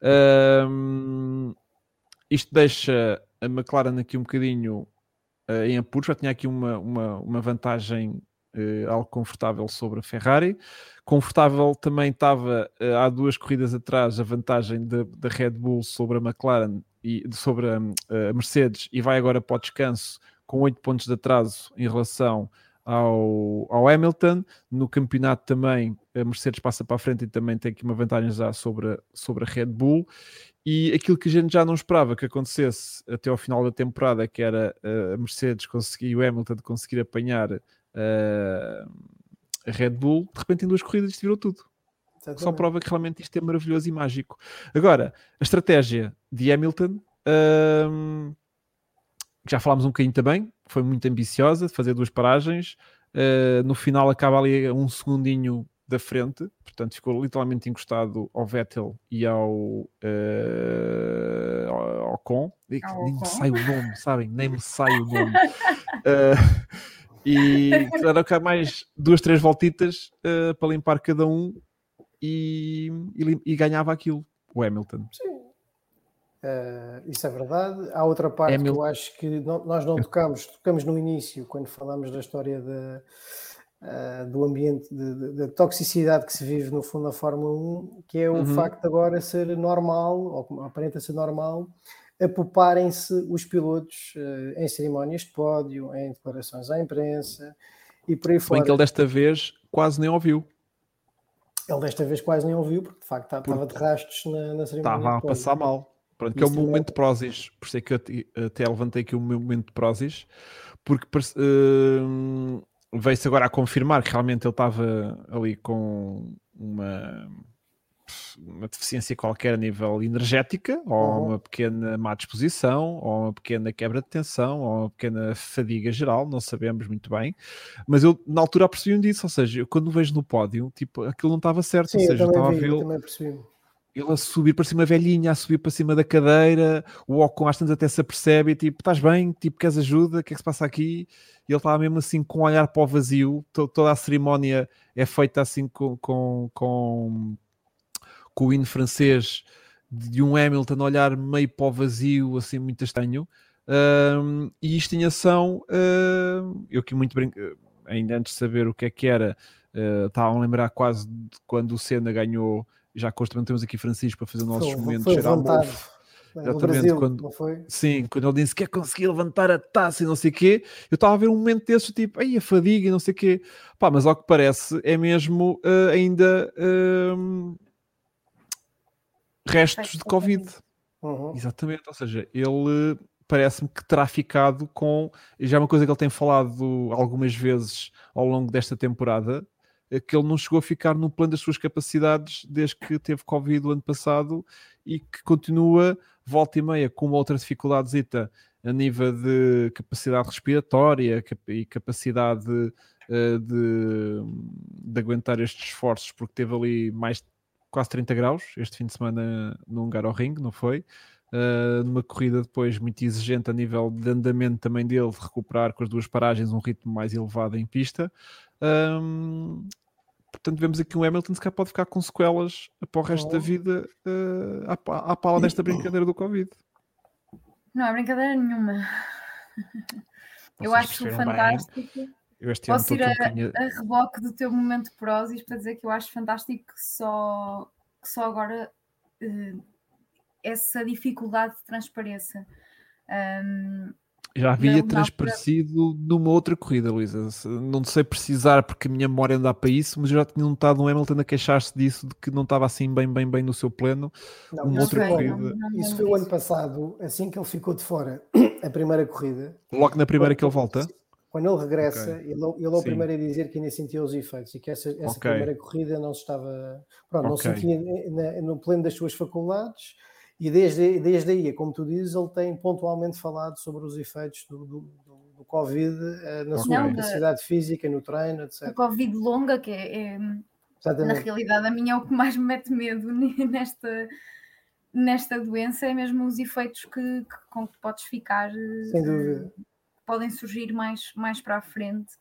Isto deixa a McLaren aqui um bocadinho em apuros, já tinha aqui uma vantagem algo confortável sobre a Ferrari. Confortável também estava há 2 corridas atrás a vantagem da Red Bull sobre a McLaren e sobre a Mercedes, e vai agora para o descanso com 8 pontos de atraso em relação ao Hamilton. No campeonato também a Mercedes passa para a frente e também tem aqui uma vantagem já sobre a Red Bull. E aquilo que a gente já não esperava que acontecesse até ao final da temporada, que era a Mercedes conseguir e o Hamilton conseguir apanhar a Red Bull, de repente em 2 corridas isto virou tudo. Exatamente. Só prova que realmente isto é maravilhoso e mágico. Agora, a estratégia de Hamilton, já falámos um bocadinho também, foi muito ambiciosa, de fazer 2 paragens, no final acaba ali 1 segundinho da frente, portanto ficou literalmente encostado ao Vettel e ao Ocon. Nem me sai o nome, sabem? Nem me sai o nome. E claro que há mais 2, 3 voltitas para limpar cada um e ganhava aquilo, o Hamilton. Sim. Isso é verdade. Há outra parte que eu acho que nós não tocamos no início, quando falamos da história do ambiente, da toxicidade que se vive no fundo na Fórmula 1, que é o facto de agora ser normal, ou aparenta ser normal, apoparem-se os pilotos em cerimónias de pódio, em declarações à imprensa e por aí fora. Se bem que ele desta vez quase nem ouviu. Ele desta vez quase nem ouviu, porque de facto estava de rastos na cerimónia. Estava a passar mal. Pronto, que é o meu momento de Prozis. Por isso é que eu até levantei aqui o meu momento de Prozis, porque veio-se agora a confirmar que realmente ele estava ali com deficiência qualquer a nível energética, ou uma pequena má disposição, ou uma pequena quebra de tensão, ou uma pequena fadiga geral, não sabemos muito bem, mas eu na altura apercebi-me disso, ou seja, eu, quando o vejo no pódio, tipo, aquilo não estava certo. Sim, ou seja, eu estava a eu ver também percebi. ele a subir para cima velhinha, a subir para cima da cadeira, o Ocon às tantas até se apercebe e tipo, estás bem? Tipo, queres ajuda? O que é que se passa aqui? E ele estava mesmo assim com um olhar para o vazio, toda a cerimónia é feita assim com o hino francês de um Hamilton a olhar meio para o vazio, assim muito estranho. E isto em ação, eu que muito ainda antes de saber o que é que era, estava a lembrar quase de quando o Senna ganhou, já constantemente temos aqui Francisco para fazer o nosso momento de cheirar mofo. No Brasil, não foi? Sim, quando ele disse que conseguir levantar a taça e não sei o quê, eu estava a ver um momento desses, tipo, aí a fadiga e não sei o quê. Pá, mas ao que parece é mesmo ainda restos de Covid. Exatamente, ou seja, ele parece-me que terá ficado com, já é uma coisa que ele tem falado algumas vezes ao longo desta temporada, que ele não chegou a ficar no plano das suas capacidades desde que teve Covid o ano passado e que continua volta e meia com uma outra dificuldadezita a nível de capacidade respiratória e capacidade de aguentar estes esforços, porque teve ali mais quase 30 graus este fim de semana no Hungaroring, não foi? Numa corrida depois muito exigente a nível de andamento também dele, de recuperar com as duas paragens um ritmo mais elevado em pista. Portanto, vemos aqui um Hamilton que pode ficar com sequelas para o resto da vida à pala desta brincadeira do Covid. Não é brincadeira nenhuma. Eu acho fantástico. Posso ir a reboque do teu momento Prozis para dizer que eu acho fantástico que só agora essa dificuldade de transpareça. Já havia transparecido numa outra corrida, Luísa. Não sei precisar porque a minha memória anda para isso, mas eu já tinha notado um Hamilton a queixar-se disso, de que não estava assim bem no seu pleno. Outra corrida. Isso foi o ano passado, assim que ele ficou de fora, a primeira corrida. Logo na primeira que ele volta? Quando ele regressa, ele é o primeiro a dizer que ainda sentia os efeitos e que essa primeira corrida não se estava... Pronto, não se sentia no pleno das suas faculdades. E desde aí, como tu dizes, ele tem pontualmente falado sobre os efeitos do Covid na sua capacidade física, no treino, etc. A Covid longa, que é na realidade, a minha é o que mais me mete medo nesta doença, é mesmo os efeitos com que podes ficar. Sem dúvida. Podem surgir mais para a frente.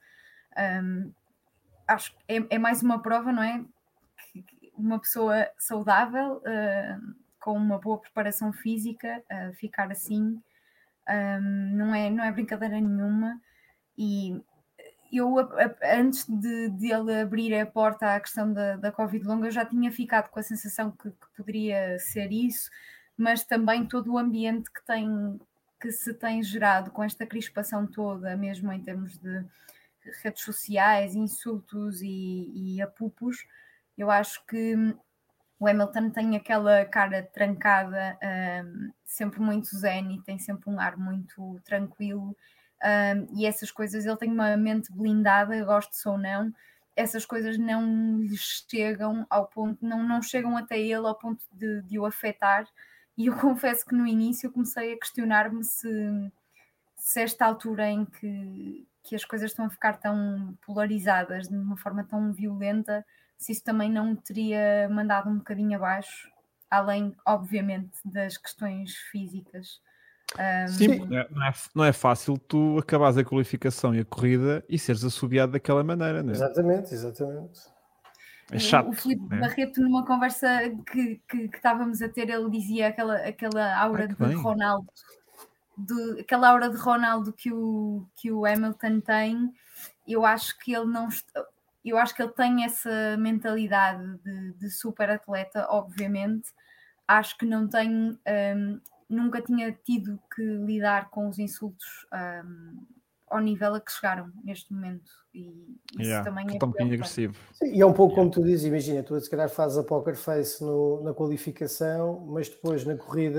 Acho que é mais uma prova, não é? Que uma pessoa saudável... com uma boa preparação física, ficar assim, não é brincadeira nenhuma. E eu, antes de ele abrir a porta à questão da Covid longa, eu já tinha ficado com a sensação que poderia ser isso, mas também todo o ambiente que se tem gerado com esta crispação toda, mesmo em termos de redes sociais, insultos e apupos, eu acho que o Hamilton tem aquela cara trancada, sempre muito zen e tem sempre um ar muito tranquilo, e essas coisas, ele tem uma mente blindada, goste-se ou não, essas coisas não lhe chegam ao ponto, não chegam até ele ao ponto de o afetar, e eu confesso que no início eu comecei a questionar-me se esta altura em que as coisas estão a ficar tão polarizadas de uma forma tão violenta, se isso também não teria mandado um bocadinho abaixo, além, obviamente, das questões físicas. Sim, não é fácil tu acabares a qualificação e a corrida e seres assobiado daquela maneira, não é? Exatamente. É chato. O Filipe Barreto, numa conversa que estávamos a ter, ele dizia aquela aura de Ronaldo, aquela aura de Ronaldo que o Hamilton tem. Eu acho que ele não... Eu acho que ele tem essa mentalidade de super atleta, obviamente. Acho que não tem... nunca tinha tido que lidar com os insultos ao nível a que chegaram neste momento. E isso também é um bocadinho agressivo. Sim, e é um pouco como tu dizes, imagina, tu se calhar fazes a poker face na qualificação, mas depois na corrida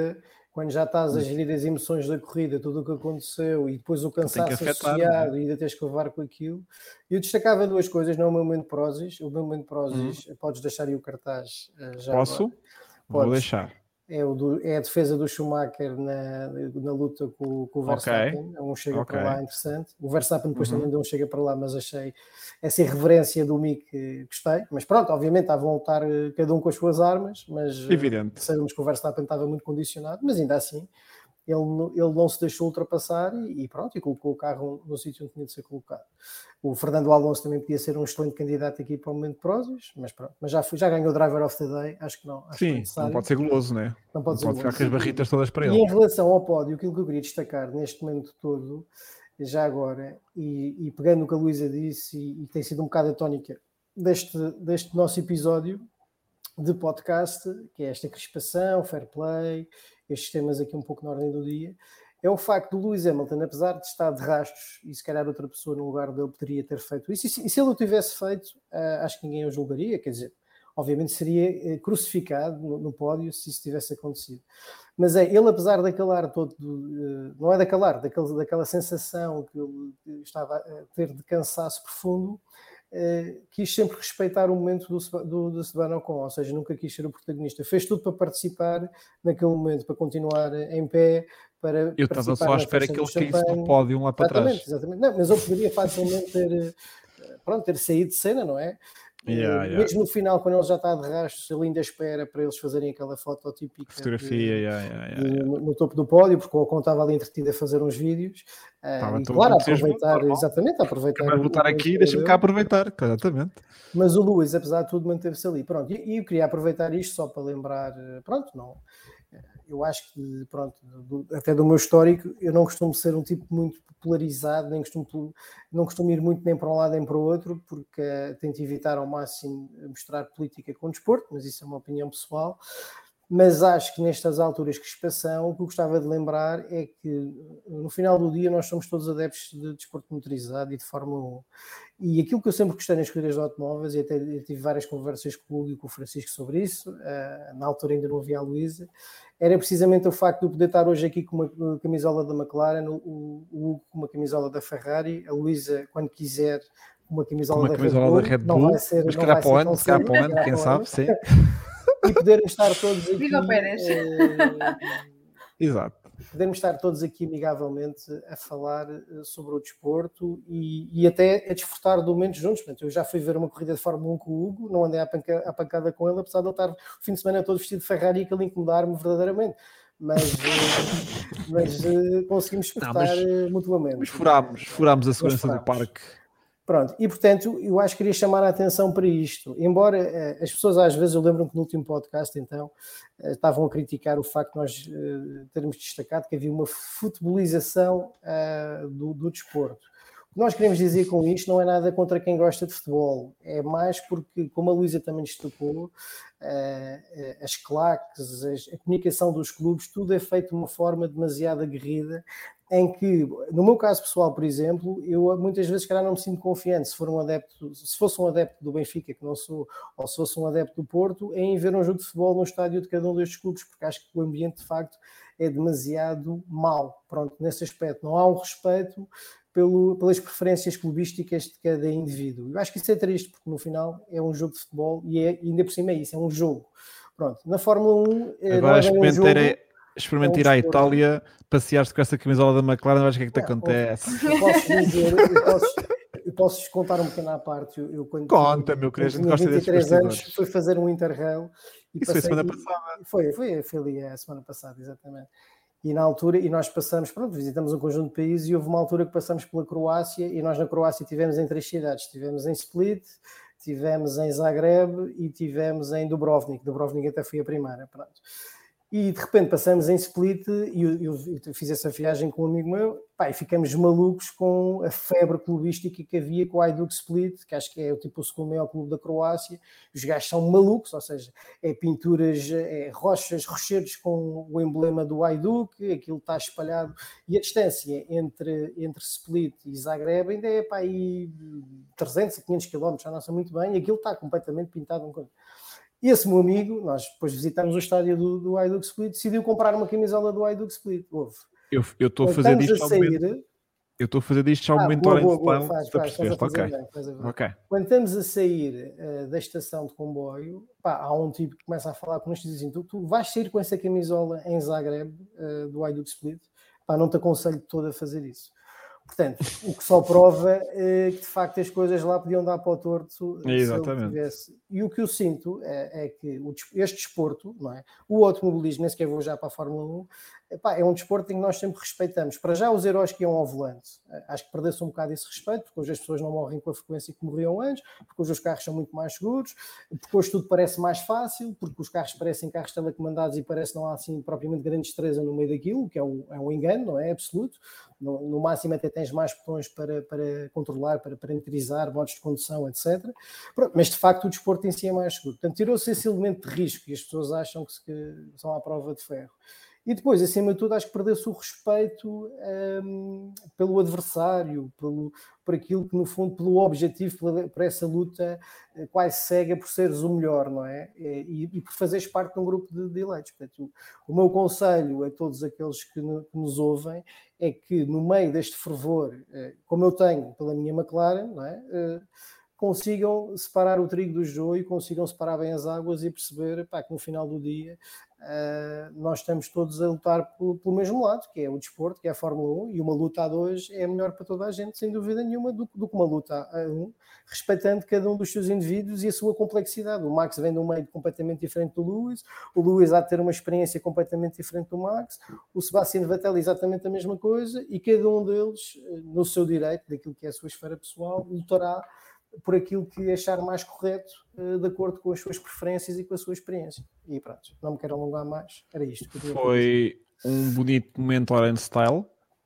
quando já estás a gerir as emoções da corrida, tudo o que aconteceu e depois o cansaço associado e ainda tens que levar com aquilo. Eu destacava 2 coisas, não é o meu momento de Prozis. O meu momento de Prozis, podes deixar aí o cartaz já. Posso? Agora. Vou deixar. É a defesa do Schumacher na luta com o Verstappen. Um chega para lá interessante. O Verstappen depois também deu um chega para lá, mas achei essa irreverência do Mick, gostei. Mas pronto, obviamente estavam a lutar cada um com as suas armas, mas sabemos que o Verstappen estava muito condicionado, mas ainda assim ele não se deixou ultrapassar e pronto, e colocou o carro no sítio onde tinha de ser colocado. O Fernando Alonso também podia ser um excelente candidato aqui para o momento de Prozis, mas pronto, mas já ganhou o Driver of the Day, acho que não. Sim, não pode ser goloso, né? Não pode ficar com as barritas todas para ele. E em relação ao pódio, aquilo que eu queria destacar neste momento todo, já agora, e pegando o que a Luísa disse, e tem sido um bocado a tónica deste nosso episódio de podcast, que é esta crispação, fair play, estes temas aqui um pouco na ordem do dia, é o facto do Lewis Hamilton, apesar de estar de rastros, e se calhar outra pessoa no lugar dele poderia ter feito isso, e se ele o tivesse feito, acho que ninguém o julgaria, quer dizer, obviamente seria crucificado no pódio se isso tivesse acontecido. Mas ele, apesar daquele ar todo, não é daquele ar, daquela sensação que ele estava a ter de cansaço profundo, quis sempre respeitar o momento do Esteban Ocon, ou seja, nunca quis ser o protagonista. Fez tudo para participar naquele momento, para continuar em pé, para eu estava só à espera que ele caísse do pódio lá para trás. Exatamente. Não, mas eu poderia facilmente ter saído de cena, não é? Mesmo no final, quando ele já está de rastros, ele ainda espera para eles fazerem aquela foto típica no topo do pódio, porque o Ocon estava ali entretido a fazer uns vídeos e claro, aproveitar. Vai voltar aqui, deixa-me cá aproveitar, exatamente. Mas o Lewis, apesar de tudo, manteve-se ali, pronto, e eu queria aproveitar isto só para lembrar, eu acho que, até do meu histórico, eu não costumo ser um tipo muito polarizado, não costumo ir muito nem para um lado nem para o outro, porque tento evitar ao máximo mostrar política com desporto, mas isso é uma opinião pessoal. Mas acho que nestas alturas de crispação, o que eu gostava de lembrar é que no final do dia nós somos todos adeptos de desporto motorizado e de Fórmula 1. E aquilo que eu sempre gostei nas corridas de automóveis, e até tive várias conversas com o Hugo e com o Francisco sobre isso, na altura ainda não havia a Luísa, era precisamente o facto de eu poder estar hoje aqui com uma camisola da McLaren, o Hugo com uma camisola da Ferrari, a Luísa, quando quiser, com uma camisola da Red Bull. Não vai ser, mas calhar para o ano, quem sabe, sim. E podermos estar todos aqui. Exato. Podermos estar todos aqui amigavelmente a falar sobre o desporto e até a desfrutar do momento juntos. Portanto, eu já fui ver uma corrida de Fórmula 1 com o Hugo, não andei à pancada com ele, apesar de eu estar o fim de semana todo vestido de Ferrari e que ele incomodar-me verdadeiramente. Mas conseguimos despertar mutuamente. Mas furámos a segurança do parque. Pronto, e portanto eu acho que queria chamar a atenção para isto, embora as pessoas às vezes, eu lembro-me que no último podcast então estavam a criticar o facto de nós termos destacado que havia uma futebolização do desporto. O que nós queremos dizer com isto não é nada contra quem gosta de futebol, é mais porque, como a Luísa também destacou, as claques, a comunicação dos clubes, tudo é feito de uma forma demasiado aguerrida, em que, no meu caso pessoal, por exemplo, eu muitas vezes, calhar, não me sinto confiante se fosse um adepto do Benfica, que não sou, ou se fosse um adepto do Porto, em ver um jogo de futebol no estádio de cada um destes clubes, porque acho que o ambiente, de facto, é demasiado mau. Pronto, nesse aspecto, não há um respeito pelas preferências clubísticas de cada indivíduo. Eu acho que isso é triste, porque no final é um jogo de futebol e ainda por cima é isso, é um jogo. Pronto, na Fórmula 1 agora não é um jogo... Experimenta ir à Itália, passear-se com essa camisola da McLaren, vais ver o que é que te acontece. Eu posso dizer, eu posso contar um pequeno à parte. Conta, meu querido, a gente gosta desses 23 anos, fui fazer um Interrail. Isso foi a semana passada. Foi ali a semana passada, exatamente. E na altura, nós passamos, visitamos um conjunto de países e houve uma altura que passamos pela Croácia e nós na Croácia estivemos em 3 cidades. Estivemos em Split, estivemos em Zagreb e estivemos em Dubrovnik. Dubrovnik até foi a primeira, pronto. E de repente passamos em Split e eu fiz essa viagem com um amigo meu, e ficamos malucos com a febre clubística que havia com o Hajduk Split, que acho que é o segundo maior clube da Croácia. Os gajos são malucos, ou seja, pinturas, rochedos com o emblema do Hajduk, aquilo está espalhado, e a distância entre Split e Zagreb ainda é aí 300 a 500 km, já não sei muito bem, e aquilo está completamente pintado. E esse meu amigo, nós depois visitámos o estádio do Hajduk Split, decidiu comprar uma camisola do Hajduk Split. Eu estou a fazer disto ao momento. Eu estou a fazer disto ao momento boa, faz a fazer bem. Okay. Quando estamos a sair da estação de comboio, há um tipo que começa a falar connosco e diz assim, tu vais sair com essa camisola em Zagreb, do Hajduk Split? Não te aconselho todo a fazer isso. Portanto, o que só prova que de facto as coisas lá podiam dar para o torto se ele tivesse. E o que eu sinto é que este desporto, não é? O automobilismo, nem sequer vou já para a Fórmula 1, é um desporto em que nós sempre respeitamos. Para já os heróis que iam ao volante, acho que perdeu-se um bocado esse respeito, porque hoje as pessoas não morrem com a frequência que morriam antes, porque hoje os carros são muito mais seguros, porque hoje tudo parece mais fácil, porque os carros parecem carros telecomandados e parece que não há assim propriamente grande destreza no meio daquilo, que é um engano, não é? Absoluto. No máximo até tens mais botões para controlar, para parametrizar, modos de condução, etc. Pronto, mas de facto o desporto em si é mais seguro. Portanto, tirou-se esse elemento de risco e as pessoas acham que são à prova de ferro. E depois, acima de tudo, acho que perdeu-se o respeito pelo adversário, por aquilo que, no fundo, pelo objetivo, por essa luta quase cega por seres o melhor, não é? E por fazeres parte de um grupo de eleitos. Portanto, o meu conselho a todos aqueles que nos ouvem é que, no meio deste fervor, como eu tenho pela minha McLaren, não é? Consigam separar o trigo do joio, consigam separar bem as águas e perceber que no final do dia nós estamos todos a lutar pelo mesmo lado, que é o desporto, que é a Fórmula 1, e uma luta a 2 é melhor para toda a gente, sem dúvida nenhuma, do que uma luta a 1, respeitando cada um dos seus indivíduos e a sua complexidade. O Max vem de um meio completamente diferente do Lewis, o Lewis há de ter uma experiência completamente diferente do Max, o Sebastian Vettel exatamente a mesma coisa, e cada um deles, no seu direito, daquilo que é a sua esfera pessoal, lutará por aquilo que achar mais correto, de acordo com as suas preferências e com a sua experiência. E pronto, não me quero alongar mais, era isto que eu tinha. Foi um bonito momento Orange Style.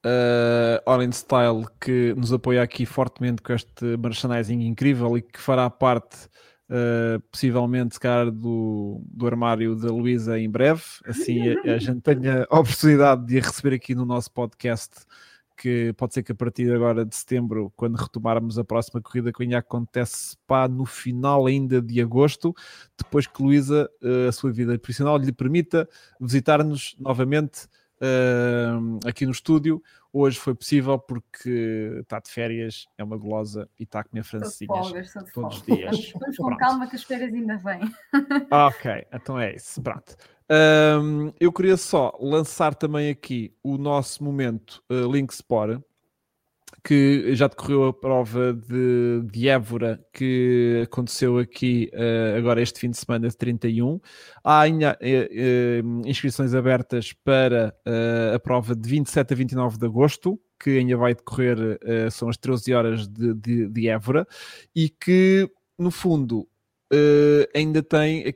Orange Style que nos apoia aqui fortemente com este merchandising incrível e que fará parte possivelmente se calhar do armário da Luísa em breve, assim a gente tenha a oportunidade de a receber aqui no nosso podcast, que pode ser que a partir agora de setembro, quando retomarmos a próxima corrida, que ainda acontece no final ainda de agosto, depois que Luísa, a sua vida profissional, lhe permita visitar-nos novamente aqui no estúdio. Hoje foi possível porque está de férias, é uma golosa e está a comer francesinhas todos os dias. Vamos com calma que as férias ainda vêm. Ok, então é isso, pronto. Eu queria só lançar também aqui o nosso momento Link Sport, que já decorreu a prova de Évora, que aconteceu aqui agora este fim de semana de 31. Há ainda inscrições abertas para a prova de 27 a 29 de agosto, que ainda vai decorrer, são as 13 horas de Évora, e que, no fundo, ainda tem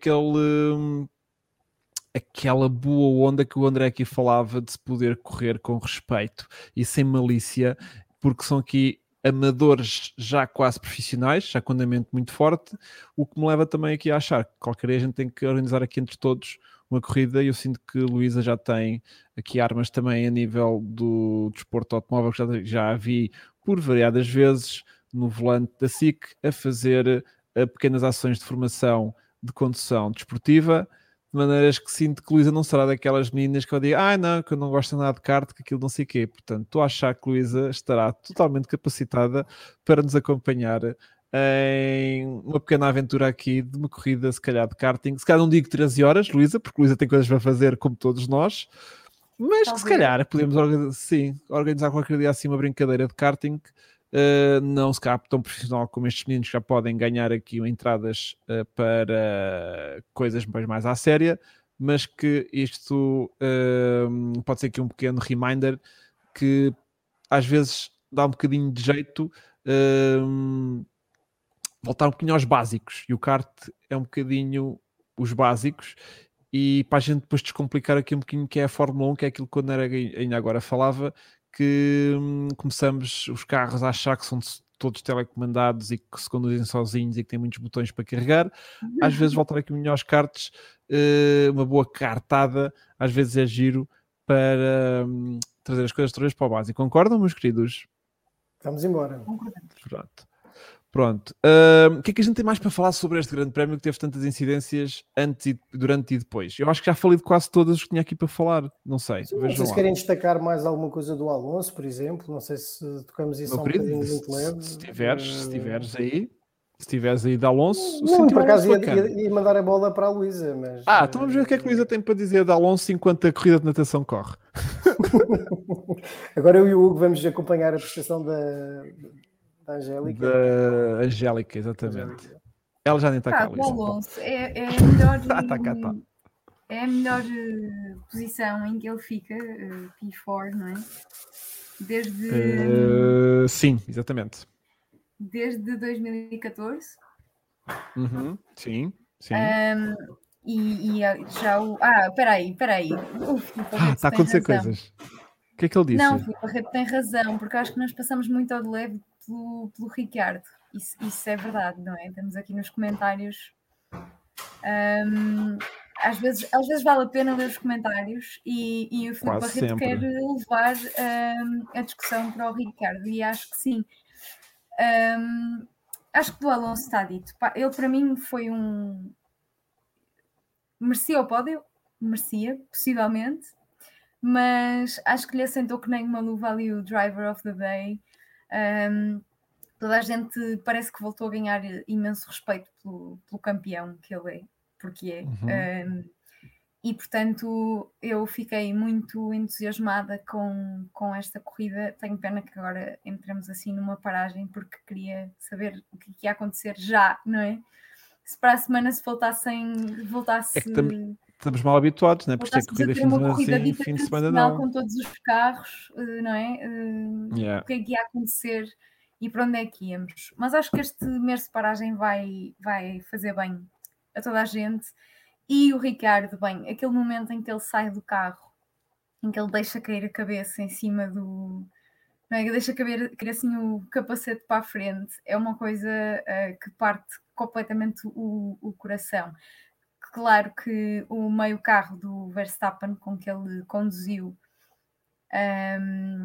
aquela boa onda que o André aqui falava de se poder correr com respeito e sem malícia, porque são aqui amadores já quase profissionais, já com andamento muito forte, o que me leva também aqui a achar que qualquer dia a gente tem que organizar aqui entre todos uma corrida, e eu sinto que a Luísa já tem aqui armas também a nível do desporto automóvel, que já a vi por variadas vezes no volante da SIC a fazer pequenas ações de formação de condução desportiva, de maneiras que sinto que Luísa não será daquelas meninas que eu digo, não, que eu não gosto nada de kart, que aquilo não sei o quê. Portanto, estou a achar que Luísa estará totalmente capacitada para nos acompanhar em uma pequena aventura aqui de uma corrida, se calhar de karting. Se calhar não digo 13 horas, Luísa, porque Luísa tem coisas para fazer como todos nós, mas que se calhar podemos organizar qualquer dia assim uma brincadeira de karting. Não se calhar tão profissional como estes meninos, que já podem ganhar aqui entradas para coisas mais à séria, mas que isto pode ser aqui um pequeno reminder que às vezes dá um bocadinho de jeito voltar um bocadinho aos básicos, e o kart é um bocadinho os básicos, e para a gente depois descomplicar aqui um bocadinho que é a Fórmula 1, que é aquilo que o André ainda agora falava, que começamos os carros a achar que são todos telecomandados e que se conduzem sozinhos e que têm muitos botões para carregar. Às vezes voltar aqui aos karts, uma boa kartada, às vezes é giro para trazer as coisas outra vez para o básico. Concordam, meus queridos? Vamos embora. Pronto. Pronto. O que é que a gente tem mais para falar sobre este grande prémio que teve tantas incidências antes, durante e depois? Eu acho que já falei de quase todas as que tinha aqui para falar. Não sei. Sim, não sei se querem destacar mais alguma coisa do Alonso, por exemplo. Não sei se tocamos isso Meu um querido, bocadinho muito leve. Se estiveres aí de Alonso... Não, por acaso ia mandar a bola para a Luísa, mas... então vamos ver o que é que a Luísa tem para dizer de Alonso enquanto a corrida de natação corre. Agora eu e o Hugo vamos acompanhar a prestação da Angélica. Da Angélica, exatamente. Ela já nem está cá, Luísa. O Alonso é a melhor... Tá. É a melhor posição em que ele fica, P4, não é? Desde... sim, exatamente. Desde 2014. Sim. E já o... peraí. Está a acontecer coisas. O que é que ele disse? Não, o Barreto tem razão, porque acho que nós passamos muito ao de leve pelo Ricardo. Isso é verdade, não é? Temos aqui nos comentários... Às vezes vale a pena ler os comentários e o Filipe Barreto quer levar a discussão para o Ricardo, e acho que sim. Acho que do Alonso está dito. Ele para mim foi merecia o pódio, possivelmente, mas acho que lhe assentou que nem uma luva ali o Driver of the Day. Toda a gente parece que voltou a ganhar imenso respeito pelo campeão que ele é, porque é. E portanto eu fiquei muito entusiasmada com esta corrida. Tenho pena que agora entremos assim numa paragem, porque queria saber o que ia acontecer já, não é? Se para a semana se voltasse... É que estamos mal habituados, não é? Por isso é que corrida fim de semana sim, fim de semana não. Com todos os carros, não é? O que é que ia acontecer e para onde é que íamos? Mas acho que este mês de paragem vai fazer bem a toda a gente. E o Ricardo, bem, aquele momento em que ele sai do carro, em que ele deixa cair a cabeça em cima do... Não é? Deixa cair assim o capacete para a frente, é uma coisa que parte completamente o coração. Claro que o meio carro do Verstappen com que ele conduziu é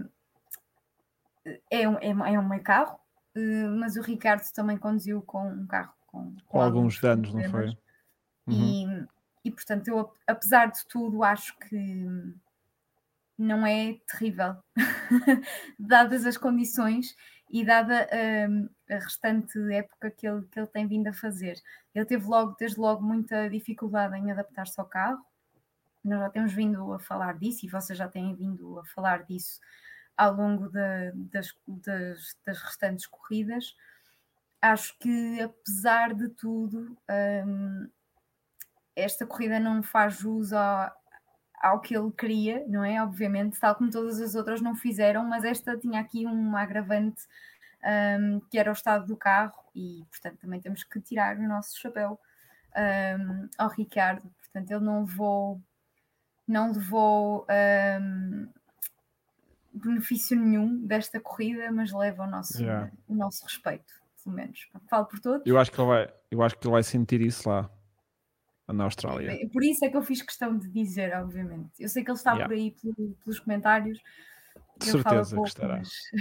um meio carro, mas o Ricardo também conduziu com um carro com alguns danos, não foi? E portanto, eu, apesar de tudo, acho que não é terrível, dadas as condições e dada a restante época que ele tem vindo a fazer. Ele teve desde logo muita dificuldade em adaptar-se ao carro. Nós já temos vindo a falar disso, e vocês já têm vindo a falar disso ao longo das restantes corridas. Acho que, apesar de tudo, esta corrida não faz jus ao que ele queria, não é? Obviamente, tal como todas as outras não fizeram, mas esta tinha aqui um agravante, que era o estado do carro, e portanto também temos que tirar o nosso chapéu ao Ricardo. Portanto, ele não levou benefício nenhum desta corrida, mas leva o nosso respeito, pelo menos. Falo por todos. Eu acho que ele vai sentir isso lá na Austrália. Por isso é que eu fiz questão de dizer, obviamente. Eu sei que ele está por aí pelos comentários. De certeza que estará.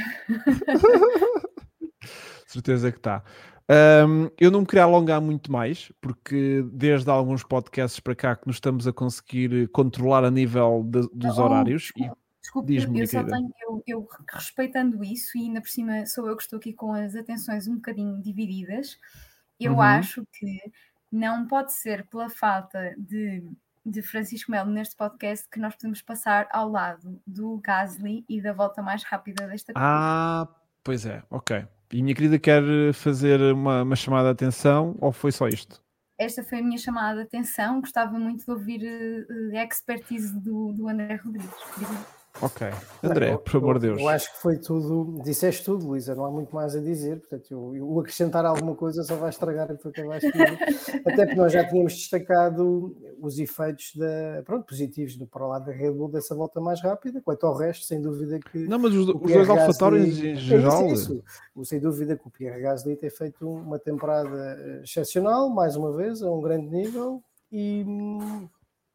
Certeza que está. Eu não me queria alongar muito mais, porque desde alguns podcasts para cá que nos estamos a conseguir controlar a nível dos horários. Desculpe, eu respeitando isso, e ainda por cima sou eu que estou aqui com as atenções um bocadinho divididas, eu acho que não pode ser pela falta de Francisco Melo neste podcast que nós podemos passar ao lado do Gasly e da volta mais rápida desta corrida. Pois é, ok. E minha querida, quer fazer uma chamada de atenção, ou foi só isto? Esta foi a minha chamada de atenção. Gostava muito de ouvir a expertise do André Rodrigues. Ok. André, por amor de Deus. Eu acho que foi tudo, disseste tudo, Luísa, não há muito mais a dizer, portanto, eu acrescentar alguma coisa só vai estragar o que tu acabaste de dizer, até porque nós já tínhamos destacado os efeitos positivos para o lado da Red Bull dessa volta mais rápida. Quanto ao resto, sem dúvida que... Não, mas os dois AlphaTauris em geral... Sem dúvida que o Pierre Gasly tem feito uma temporada excepcional, mais uma vez, a um grande nível, e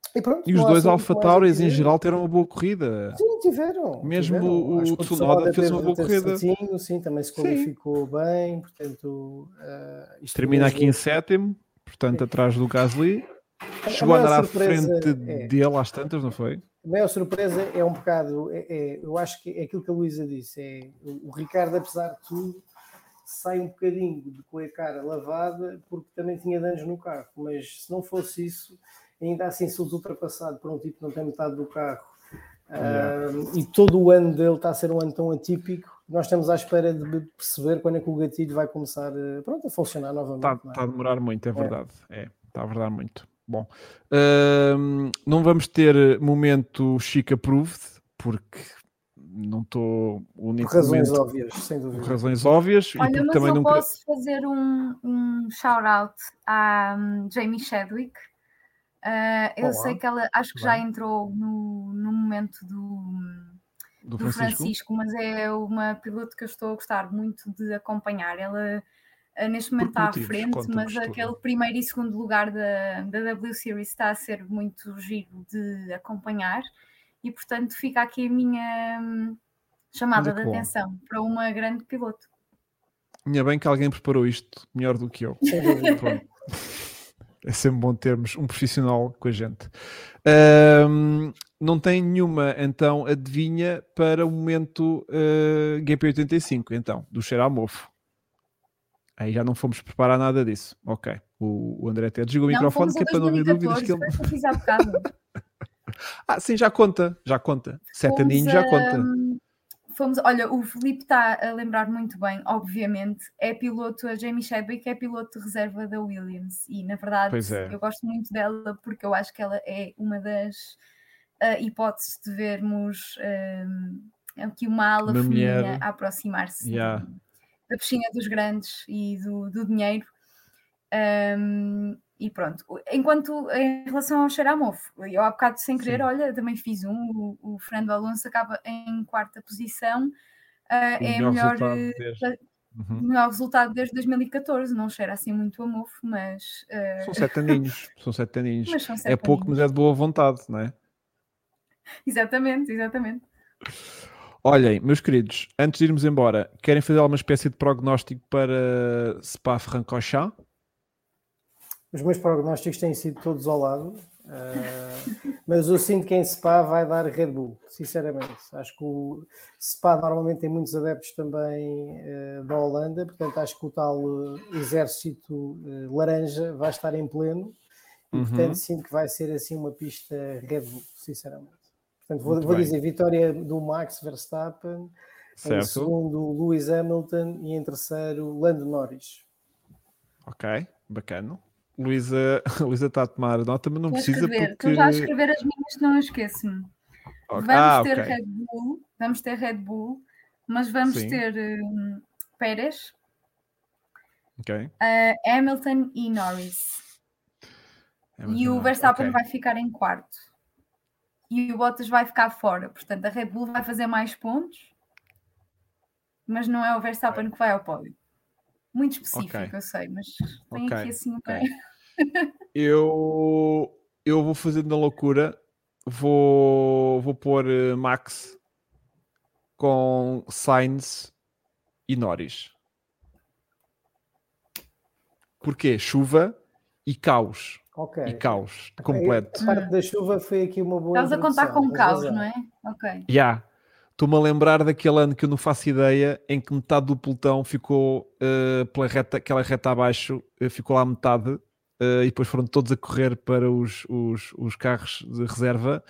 pronto, e os dois AlphaTauris em geral tiveram uma boa corrida. Sim, tiveram. Mesmo tiveram. o Tsunoda fez uma boa corrida. Sim, também se qualificou bem, portanto... termina aqui em sétimo, portanto atrás do Gasly. Chegou a andar à frente dele às tantas, não foi? A maior surpresa é um bocado... eu acho que é aquilo que a Luísa disse. O Ricardo, apesar de tudo, sai um bocadinho com a cara lavada porque também tinha danos no carro. Mas se não fosse isso, ainda assim se ultrapassado por um tipo que não tem metade do carro e todo o ano dele está a ser um ano tão atípico, nós estamos à espera de perceber quando é que o gatilho vai começar a funcionar novamente. Está a demorar muito, é verdade. Está a demorar muito. Bom, não vamos ter momento Chic Approved, porque não estou único. Por razões óbvias, sem dúvida. Por razões óbvias. Olha, e mas também eu posso fazer um shout-out à Jamie Chadwick. Eu sei que ela, acho que já entrou no momento do Francisco, mas é uma piloto que eu estou a gostar muito de acompanhar. Ela neste momento está à frente, mas aquele primeiro e segundo lugar da W Series está a ser muito giro de acompanhar e portanto fica aqui a minha chamada de atenção para uma grande piloto. Ainda bem que alguém preparou isto melhor do que eu. É sempre bom termos um profissional com a gente. Não tem nenhuma, então, adivinha para o momento GP85, então, do cheiro a mofo. Aí já não fomos preparar nada disso. Ok. O André até desligou o microfone, que é para não haver dúvidas que ele... sim, já conta. 7 aninhos já conta. Olha, o Filipe está a lembrar muito bem, obviamente, a Jamie Chadwick é piloto de reserva da Williams e, na verdade, eu gosto muito dela porque eu acho que ela é uma das hipóteses de vermos aqui uma ala feminina a aproximar-se da piscina dos grandes e do dinheiro. E pronto, enquanto em relação ao cheiro a mofo, eu há bocado sem querer, olha, também fiz o Fernando Alonso acaba em 4ª posição, é o melhor resultado desde 2014, não cheira assim muito a mofo, mas... São 7 aninhos, é pouco, mas é de boa vontade, não é? Exatamente. Olhem, meus queridos, antes de irmos embora, querem fazer alguma espécie de prognóstico para Spa-Francorchamps? Os meus prognósticos têm sido todos ao lado, mas eu sinto que em Spa vai dar Red Bull, sinceramente. Acho que o Spa normalmente tem muitos adeptos também da Holanda, portanto acho que o tal exército laranja vai estar em pleno e portanto sinto que vai ser assim uma pista Red Bull, sinceramente. Portanto vou dizer vitória do Max Verstappen, em segundo Lewis Hamilton e em terceiro Lando Norris. Ok, bacana. Luísa está a tomar nota, mas não precisa porque... Estou já a escrever as minhas, não esqueço-me. Vamos ter Red Bull, mas vamos ter Pérez, Hamilton e Norris. E o Verstappen vai ficar em 4º. E o Bottas vai ficar fora. Portanto, a Red Bull vai fazer mais pontos, mas não é o Verstappen que vai ao pódio. Muito específico, eu sei, mas tem aqui assim um bocadinho. Eu vou fazendo a loucura, vou pôr Max com Sainz e Norris. Porquê? Chuva e caos. E caos completo. A parte da chuva foi aqui uma boa. Estás a contar com caos, não é? Ok. Estou-me a lembrar daquele ano que eu não faço ideia, em que metade do pelotão ficou aquela reta abaixo, ficou lá metade, e depois foram todos a correr para os carros de reserva,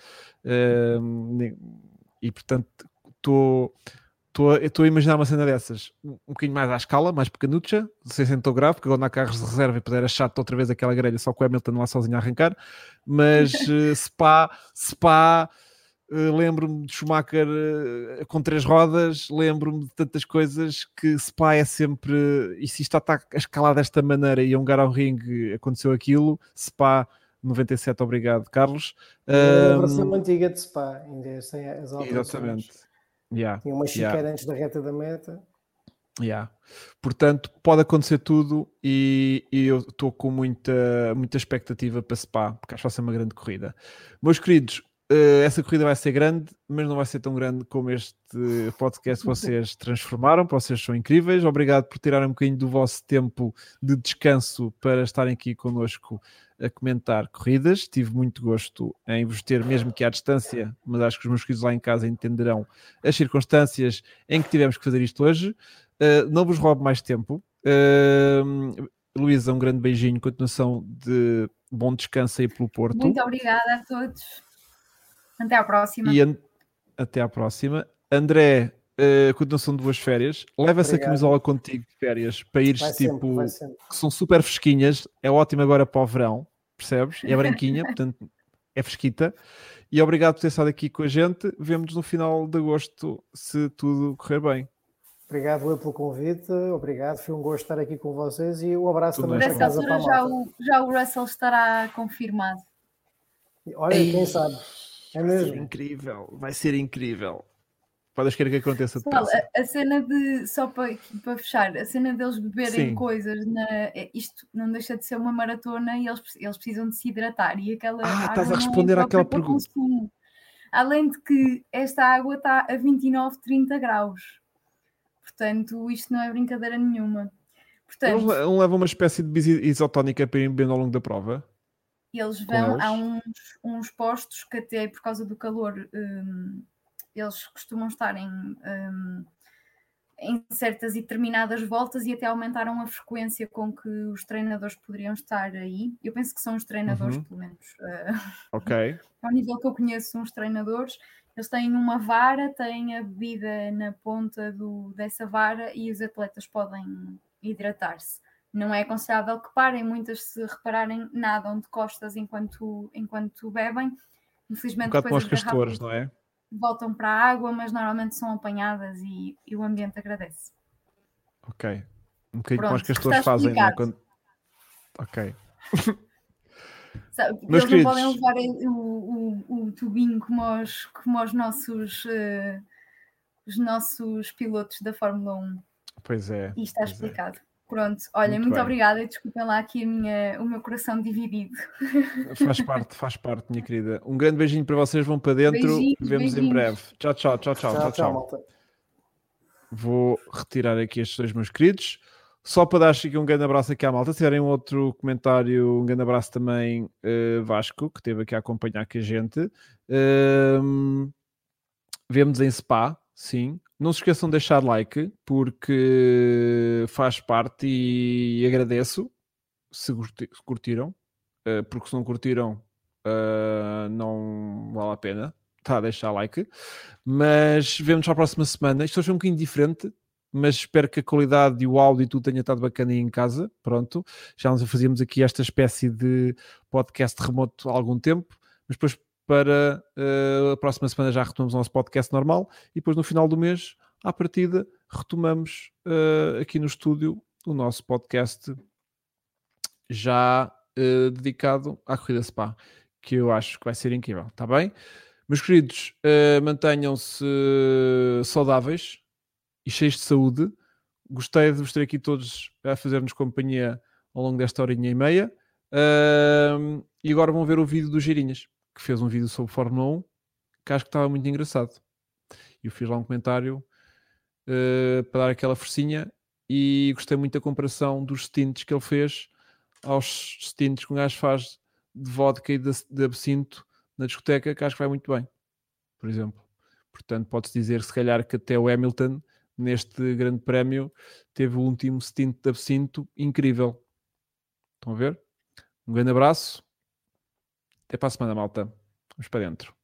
e portanto estou a imaginar uma cena dessas, um bocadinho mais à escala, mais pequenucha, sem ser tão grave, porque agora não há carros de reserva e depois era chato outra vez aquela grelha, só com o Hamilton lá sozinho a arrancar, mas Spa lembro-me de Schumacher com 3 rodas, lembro-me de tantas coisas que Spa é sempre, e se isto está a escalar desta maneira e a um Hungaroring aconteceu aquilo, Spa 97, obrigado Carlos. A versão antiga de Spa, ainda sem as alterações. Exatamente. Tinha uma chicane antes da reta da meta. Portanto, pode acontecer tudo e eu estou com muita expectativa para Spa, porque acho que vai ser uma grande corrida. Meus queridos, essa corrida vai ser grande, mas não vai ser tão grande como este podcast que vocês transformaram. Vocês são incríveis. Obrigado por tirarem um bocadinho do vosso tempo de descanso para estarem aqui connosco a comentar corridas. Tive muito gosto em vos ter, mesmo que à distância, mas acho que os meus queridos lá em casa entenderão as circunstâncias em que tivemos que fazer isto hoje. Não vos roubo mais tempo. Luísa, um grande beijinho, continuação de bom descanso aí pelo Porto. Muito obrigada a todos. Até à próxima. Até à próxima. André, continuação de boas férias. Leva essa camisola contigo de férias para ires que são super fresquinhas. É ótimo agora para o verão, percebes? É branquinha, portanto é fresquita. E obrigado por ter estado aqui com a gente. Vemo-nos no final de agosto, se tudo correr bem. Obrigado pelo convite, obrigado, foi um gosto estar aqui com vocês e um abraço também para casa para a malta. Já o Russell estará confirmado. Olha, quem sabe. É mesmo. Vai ser incrível. Podes querer que aconteça a cena de, só para fechar, a cena deles beberem coisas, isto não deixa de ser uma maratona e eles precisam de se hidratar. E aquela estás a responder àquela pergunta. Consumo. Além de que esta água está a 29, 30 graus. Portanto, isto não é brincadeira nenhuma. Portanto, eles não levam uma espécie de bebida isotónica para ir bebendo ao longo da prova? Eles vão a uns postos que até por causa do calor eles costumam estar em certas e determinadas voltas e até aumentaram a frequência com que os treinadores poderiam estar aí. Eu penso que são os treinadores, pelo menos. Ok. Ao nível que eu conheço, são os treinadores. Eles têm uma vara, têm a bebida na ponta dessa vara e os atletas podem hidratar-se. Não é aconselhável que parem, muitas se repararem nadam de costas enquanto bebem. Infelizmente depois as castores, não é? Voltam para a água, mas normalmente são apanhadas e o ambiente agradece. Ok. Um bocadinho como as castores fazem, não é? Ok. Sabe, eles não podem levar o tubinho como os nossos pilotos da Fórmula 1. Pois é. E está explicado. Pronto, olha, muito obrigada e desculpem lá aqui o meu coração dividido. Faz parte, minha querida. Um grande beijinho para vocês, vão para dentro. Vemos em breve. Tchau. Vou retirar aqui estes dois meus queridos. Só para dar aqui um grande abraço aqui à malta. Se tiverem outro comentário, um grande abraço também, Vasco, que esteve aqui a acompanhar com a gente. Vemo-nos em Spa, sim. Não se esqueçam de deixar like, porque faz parte e agradeço se curtiram, porque se não curtiram não vale a pena. Está a deixar like. Mas vemo-nos para a próxima semana. Isto hoje é um bocadinho diferente, mas espero que a qualidade e o áudio e tudo tenha estado bacana aí em casa. Pronto, já nos fazíamos aqui esta espécie de podcast remoto há algum tempo, mas depois para a próxima semana já retomamos o nosso podcast normal e depois no final do mês, à partida, retomamos aqui no estúdio o nosso podcast já dedicado à Corrida Spa, que eu acho que vai ser incrível, está bem? Meus queridos, mantenham-se saudáveis e cheios de saúde. Gostei de vos ter aqui todos a fazer-nos companhia ao longo desta horinha e meia. E agora vão ver o vídeo do Girinhas, que fez um vídeo sobre Fórmula 1, que acho que estava muito engraçado. E eu fiz lá um comentário para dar aquela forcinha e gostei muito da comparação dos stints que ele fez aos stints que um gajo faz de vodka e de absinto na discoteca, que acho que vai muito bem, por exemplo. Portanto, pode-se dizer, se calhar, que até o Hamilton, neste grande prémio, teve o último stint de absinto incrível. Estão a ver? Um grande abraço. Até para a semana, malta. Vamos para dentro.